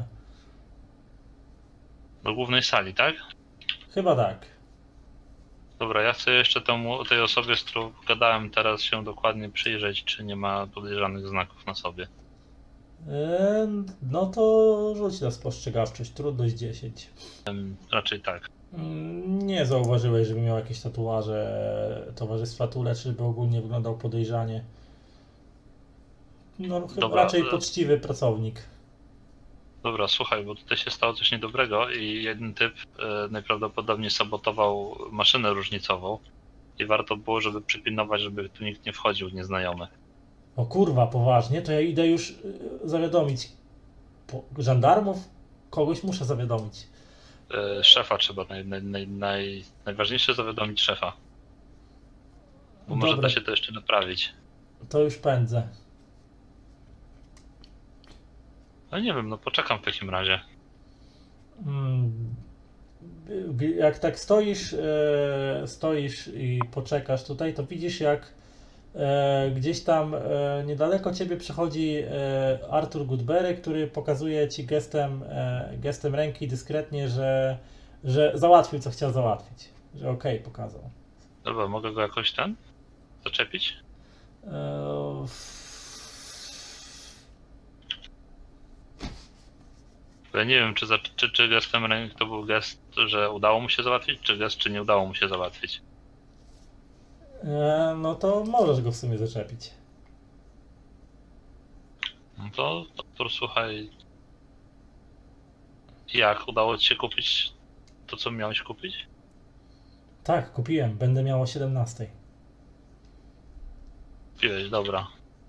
Do głównej sali, tak? Chyba tak. Dobra, ja chcę jeszcze tej osobie, z którą gadałem teraz, się dokładnie przyjrzeć, czy nie ma podejrzanych znaków na sobie. No to rzuć na spostrzegawczość, trudność 10. Raczej tak. Nie zauważyłeś, żeby miał jakieś tatuaże Towarzystwa Tule, czy żeby ogólnie wyglądał podejrzanie. No chyba Dobra, raczej poczciwy pracownik. Dobra, słuchaj, bo tutaj się stało coś niedobrego i jeden typ najprawdopodobniej sabotował maszynę różnicową i warto było, żeby przypilnować, żeby tu nikt nie wchodził nieznajomy. O kurwa, poważnie, to ja idę już zawiadomić żandarmów? Kogoś muszę zawiadomić. Szefa trzeba, najważniejsze zawiadomić szefa. Bo może Dobra, da się to jeszcze naprawić. to już pędzę. No nie wiem, no poczekam w takim razie. Mm, Jak tak stoisz i poczekasz tutaj, to widzisz jak gdzieś tam niedaleko ciebie przychodzi Artur Goodberry, który pokazuje ci gestem ręki dyskretnie, że załatwił co chciał załatwić. Że okej, pokazał. Dobra, mogę go jakoś zaczepić? E, Bo ja nie wiem, czy gestem ręki to był gest, że udało mu się załatwić, czy gest, czy nie udało mu się załatwić. No to możesz go w sumie zaczepić. No to słuchaj, jak udało ci się kupić to, co miałeś kupić? Tak, kupiłem. Będę miał o 17. Kupiłeś, dobra.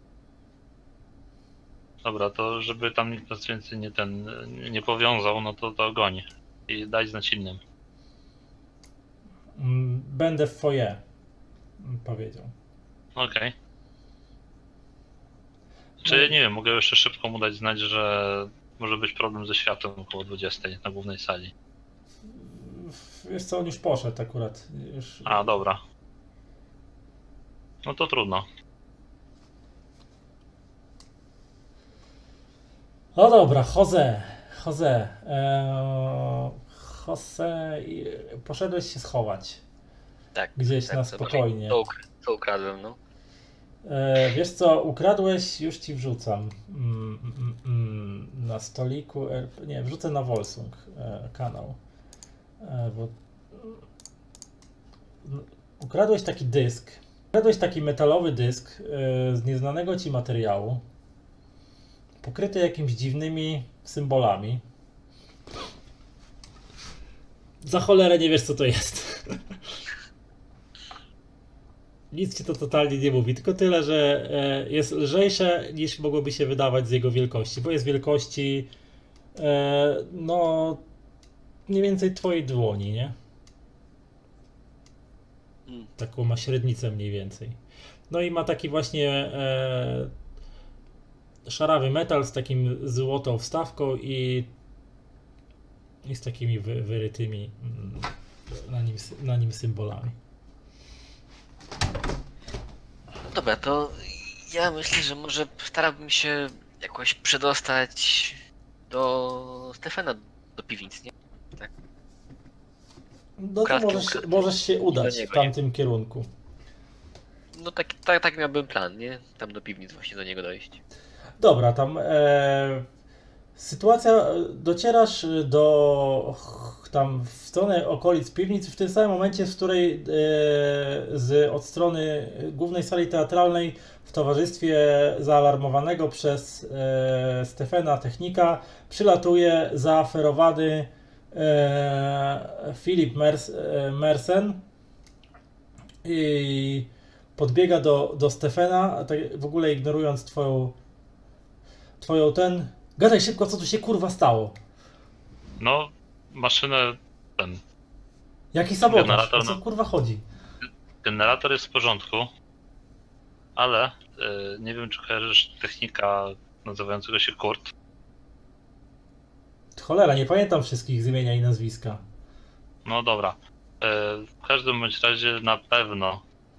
Dobra, to żeby tam nikt nas więcej nie powiązał, no to goni. I daj znać innym. Będę w foyer, powiedział. Okej. Czy nie wiem, mogę jeszcze szybko mu dać znać, że może być problem ze światłem około 20 na głównej sali. Wiesz co, on już poszedł akurat. Już... A, dobra. No to trudno. No dobra, Jose, poszedłeś się schować Tak. gdzieś tak, na zobacz, spokojnie. Co ukradłem, no. Wiesz co, ukradłeś, już ci wrzucam na stoliku, nie, wrzucę na Volsung kanał, bo ukradłeś taki dysk, ukradłeś taki metalowy dysk z nieznanego ci materiału, pokryty jakimiś dziwnymi symbolami. Za cholerę nie wiesz co to jest. Nic ci to totalnie nie mówi, tylko tyle, że jest lżejsze niż mogłoby się wydawać z jego wielkości, bo jest wielkości no mniej więcej twojej dłoni, nie? Taką ma średnicę mniej więcej. No i ma taki właśnie szarawy metal z takim złotą wstawką i z takimi wyrytymi na nim symbolami. Dobra, to ja myślę, że może starałbym się jakoś przedostać do Stefana, do piwnic, nie? Tak. No to możesz się udać w tamtym kierunku. No tak miałbym plan, nie? Tam do piwnic właśnie do niego dojść. Dobra, tam sytuacja, docierasz tam w stronę okolic piwnic w tym samym momencie, w której od strony głównej sali teatralnej w towarzystwie zaalarmowanego przez Stefana technika przylatuje zaaferowany Philip Mersen i podbiega do Stefana, tak w ogóle ignorując twoją Gadaj szybko, co tu się kurwa stało. No, maszynę Jaki sabotaż? O Generator, co kurwa chodzi? Generator jest w porządku, ale nie wiem, czy kojarzysz technika nazywającego się Kurt. Cholera, nie pamiętam wszystkich z imienia i nazwiska. No dobra. W każdym bądź razie na pewno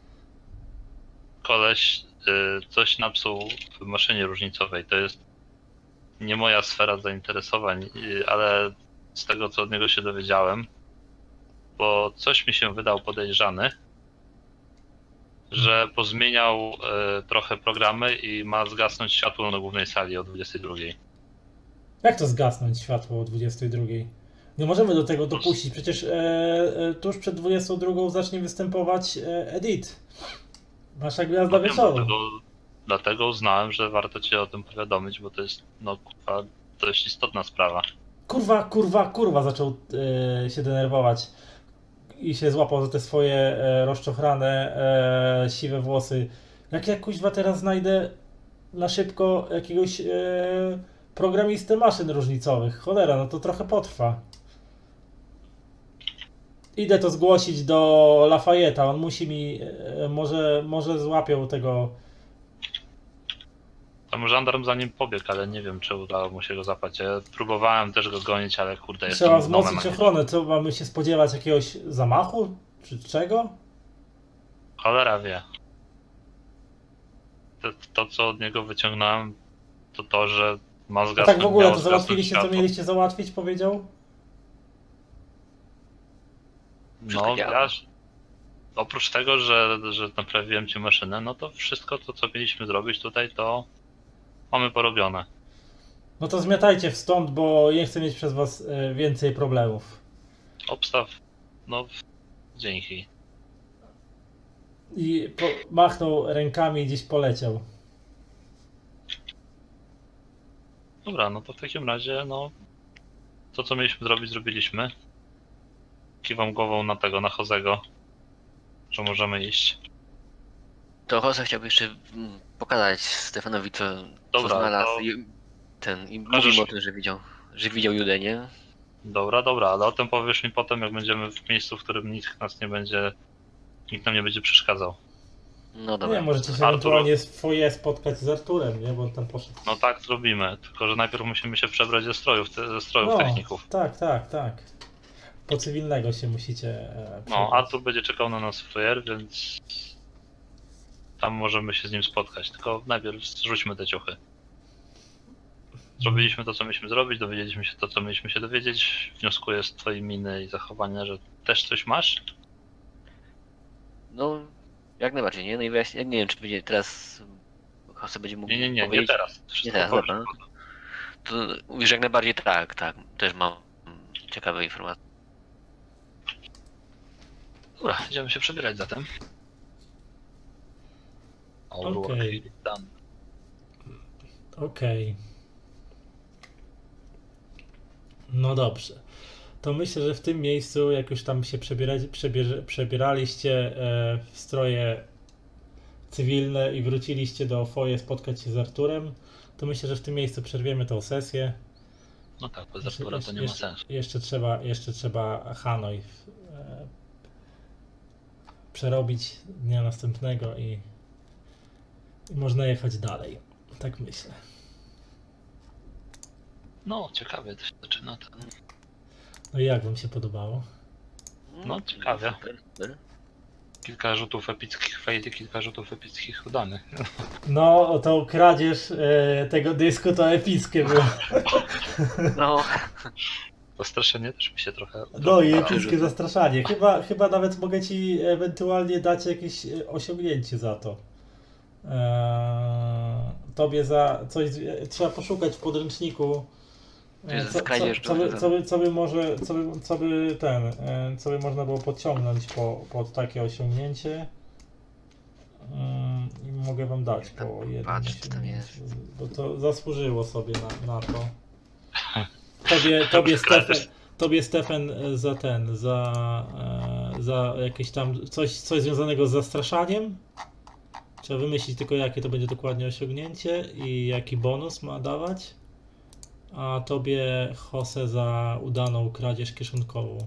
koleś coś napsuł w maszynie różnicowej. To jest nie moja sfera zainteresowań, ale z tego co od niego się dowiedziałem, bo coś mi się wydał podejrzany, że pozmieniał trochę programy i ma zgasnąć światło na głównej sali o 22. Jak to zgasnąć światło o 22? Nie możemy do tego dopuścić, przecież tuż przed 22 zacznie występować Edith. Nasza gwiazda Wiem, wieczoru. dlatego uznałem, że warto cię o tym powiadomić, bo to jest no kurwa, dość istotna sprawa. Kurwa, zaczął się denerwować i się złapał za te swoje rozczochrane, siwe włosy. Jak ja kuźwa teraz znajdę na szybko jakiegoś programistę maszyn różnicowych? Cholera, no to trochę potrwa. Idę to zgłosić do Lafayette'a, on musi mi, może złapią tego. Tam żandarm za nim pobiegł, ale nie wiem, czy udało mu się go zapać. Ja próbowałem też go gonić, ale kurde, Trzeba jestem wzmocnić gnomem. ochronę, co mamy się spodziewać, jakiegoś zamachu? Czy czego? Cholera wie. To, co od niego wyciągnąłem, to że ma A zgasnąć. tak w ogóle miało to zgasnąć załatwiliście, co światło. mieliście załatwić, powiedział? No, działa. ja oprócz tego, że naprawiłem ci maszynę, no to wszystko to, co mieliśmy zrobić tutaj, to mamy porobione. No to zmiatajcie stąd, bo nie chcę mieć przez was więcej problemów. Obstaw, no dzięki. I machnął rękami i gdzieś poleciał. Dobra, no to w takim razie, no to co mieliśmy zrobić, zrobiliśmy. Kiwam głową na tego, na Josego, że możemy iść. To Jose chciałby jeszcze pokazać Stefanowi, co Dobra, znalazł to- i Możesz- mówił o tym, że widział Judę, nie? Dobra, ale o tym powiesz mi potem, jak będziemy w miejscu, w którym nikt nam nie będzie przeszkadzał. No dobra. Nie, możecie się Artur- ewentualnie w foyer spotkać z Arturem, nie? Bo on tam poszedł. No tak zrobimy, tylko że najpierw musimy się przebrać ze strojów No, techników. tak. Po cywilnego się musicie No, przebrać. Artur będzie czekał na nas w foyer, więc tam możemy się z nim spotkać, tylko najpierw zrzućmy te ciuchy. Zrobiliśmy to, co mieliśmy zrobić, dowiedzieliśmy się to, co mieliśmy się dowiedzieć. Wnioskuję z twojej miny i zachowania, że też coś masz? No, jak najbardziej, nie? No i właśnie, ja nie wiem, czy będzie teraz Jose będzie mógł Nie powiedzieć. teraz. Nie Wszystko teraz, dobrze. dobra. To mówisz jak najbardziej tak. Też mam ciekawe informacje. Dobra, idziemy się przebierać zatem. All work Okej. done. Okej. No dobrze. To myślę, że w tym miejscu, jak już tam się przebieraliście w stroje cywilne i wróciliście do foyer spotkać się z Arturem, to myślę, że w tym miejscu przerwiemy tą sesję. No tak, bez Artura to nie ma sensu. Jeszcze trzeba Hanoi przerobić dnia następnego i można jechać dalej. Tak myślę. No, ciekawie to się zaczyna. No i jak wam się podobało? No, ciekawie. Super. Kilka rzutów epickich fail i kilka rzutów epickich udanych. No, to kradzież tego dysku to epickie było. No, To straszenie też mi się trochę... No i udało. epickie zastraszanie. Chyba nawet mogę ci ewentualnie dać jakieś osiągnięcie za to. Tobie za coś trzeba poszukać w podręczniku. Co by można było podciągnąć pod takie osiągnięcie. I mogę wam dać po jednym patrz, co tam jest. osiągnięciu, bo to zasłużyło sobie na to. Tobie Stefan za jakieś tam coś związanego z zastraszaniem. Trzeba wymyślić tylko jakie to będzie dokładnie osiągnięcie i jaki bonus ma dawać. A tobie Jose za udaną kradzież kieszonkową.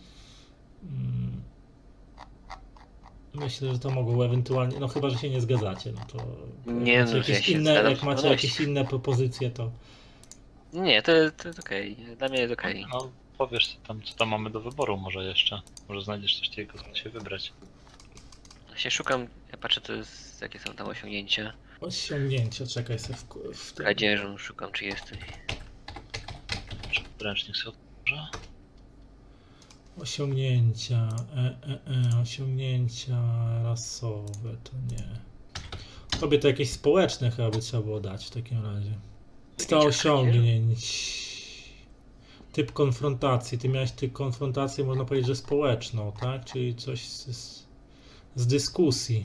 Myślę, że to mogą ewentualnie, no chyba, że się nie zgadzacie, no to Nie, jak macie no, jakieś ja się inne, zgadzam jak w macie zupełności. jakieś inne propozycje, to nie, to jest okej. Dla mnie jest okej. No, powiesz co tam mamy do wyboru może jeszcze. Może znajdziesz coś takiego, co się wybrać. Właśnie szukam, ja patrzę, to jest, jakie są tam osiągnięcia. Osiągnięcia, czekaj sobie w tym. Kradzieżą szukam, czy jest coś. Ręcznik sobie otworzę. Osiągnięcia, osiągnięcia rasowe, to nie. Tobie to jakieś społeczne chyba by trzeba było dać w takim razie. 100 osiągnięć. Typ konfrontacji. Ty miałeś typ konfrontację, można powiedzieć, że społeczną, tak? Czyli coś z dyskusji.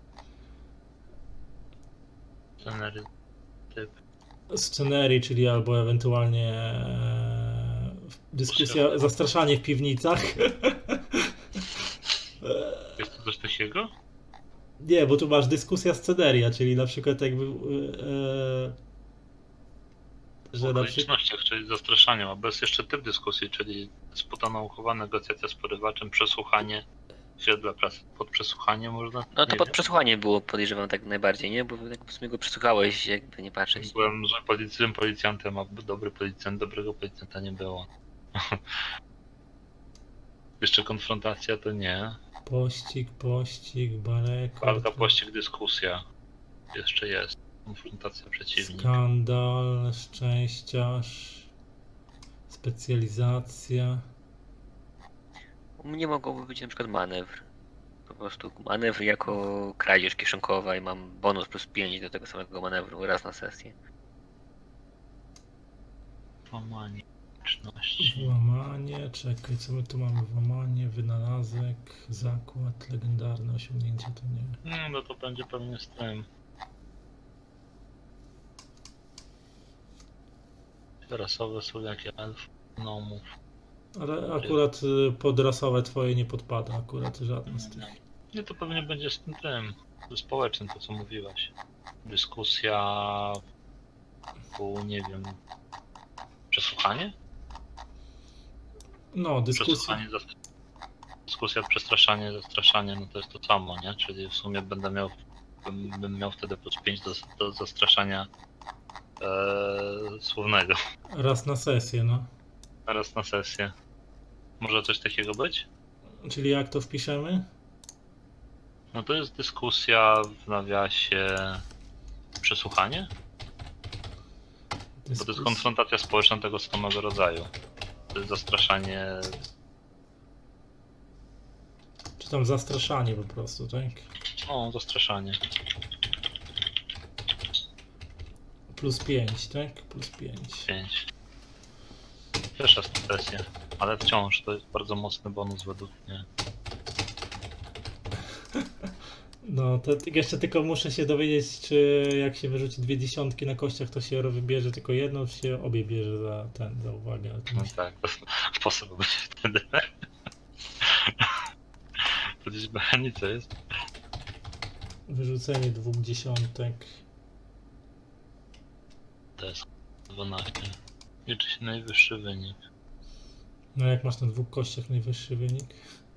Scenery typ. Scenerii, czyli albo ewentualnie dyskusja, zastraszanie w piwnicach. Jest to coś takiego? Nie, bo tu masz dyskusja sceneria, czyli na przykład jakby W że na przykład okolicznościach, czyli zastraszaniem, a bez jeszcze typ dyskusji, czyli dysputa naukowa, negocjacja z porywaczem, przesłuchanie, świetle pracy pod przesłuchanie można? No to Nie pod wiem. przesłuchanie było, podejrzewam, tak najbardziej, nie? Bo tak w sumie go przesłuchałeś, jakby nie patrzeć. Byłem złym policjantem, a dobry policjant, dobrego policjanta nie było. Jeszcze konfrontacja to nie. pościg, barekord, Walka, pościg, dyskusja. Jeszcze jest. Konfrontacja przeciwnika. skandal, szczęściarz, specjalizacja. U mnie mogłoby być na przykład manewr. Po prostu manewr jako kradzież kieszonkowa i mam bonus plus 5 do tego samego manewru raz na sesję. Łamanie czynności. Włamanie, czekaj, co my tu mamy? Włamanie, wynalazek, zakład, legendarne osiągnięcie, to nie. No to będzie pewnie z tym. Rasowe są jakie elf, gnomów. Ale akurat podrasowe twoje nie podpada, akurat żadne z tych. Nie, to pewnie będzie z tym społecznym, to co mówiłaś. Dyskusja, nie wiem, przesłuchanie? No, dyskusja. Przesłuchanie, dyskusja, przestraszanie, zastraszanie, no to jest to samo, nie? Czyli w sumie bym miał wtedy plus 5 do zastraszania słownego. Raz na sesję, no. Raz na sesję. Może coś takiego być? Czyli jak to wpiszemy? No to jest dyskusja w nawiasie przesłuchanie? Bo to jest konfrontacja społeczna tego samego rodzaju. To jest zastraszanie. Czy tam zastraszanie po prostu, tak? O, zastraszanie. Plus 5, tak? Plus 5. 5. Pierwsza sesja, ale wciąż to jest bardzo mocny bonus według mnie. No, to jeszcze tylko muszę się dowiedzieć, czy jak się wyrzuci 2 dziesiątki na kościach, to się wybierze tylko jedną, czy się obie bierze za uwagę. Ale to No mi się... tak, to sposób być wtedy. To gdzieś mechanice jest. Wyrzucenie 2 dziesiątek. To jest 12. Liczy się najwyższy wynik. No jak masz na 2 kościach najwyższy wynik?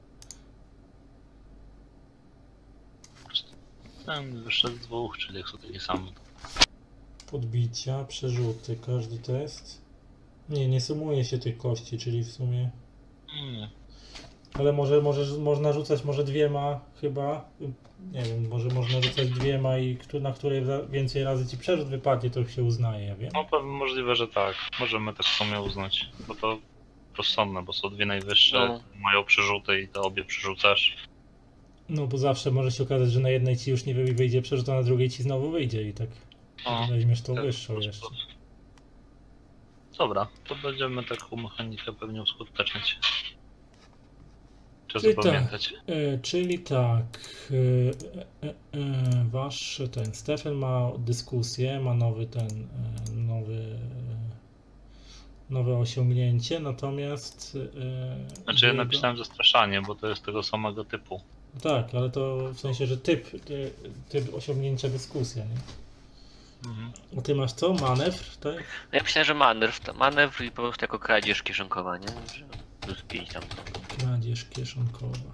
Ten wyższy z 2, czyli jak są takie same. Podbicia, przerzuty, każdy test. Nie sumuje się tych kości, czyli w sumie... Nie. Ale można rzucać może 2 chyba, nie wiem, może można rzucać 2 i na której więcej razy ci przerzut wypadnie, to się uznaje, ja wiem. No pewnie możliwe, że tak. Możemy tak w sumie uznać. Bo to rozsądne, bo są 2 najwyższe, No. mają przerzuty i to obie przerzucasz. No bo zawsze może się okazać, że na jednej ci już nie wyjdzie przerzut, a na drugiej ci znowu wyjdzie i tak O, weźmiesz tą tak, wyższą plus, jeszcze. plus. Dobra, to będziemy taką mechanikę pewnie uskuteczniać. Trzeba Czyli tak. zapamiętać. Czyli tak, wasz Stefan ma dyskusję, ma nowe osiągnięcie, natomiast... Znaczy ja jego- napisałem zastraszanie, bo to jest tego samego typu. Tak, ale to w sensie, że typ osiągnięcia dyskusja, nie? Mhm. A ty masz co? Manewr, tak? No ja myślałem, że manewr i po prostu jako kradzież kieszonkowa, nie? Że plus 5 tam Kradzież kieszonkowa.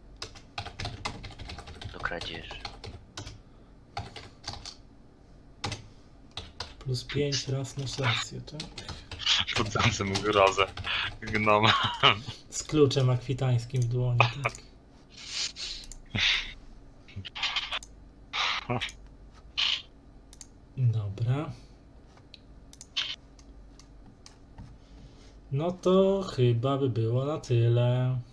do kradzieży. Plus 5 raz na sesję, tak? Budzący mu grozę. Gnoma. Z kluczem akwitańskim w dłoni, tak? Dobra. No to chyba by było na tyle.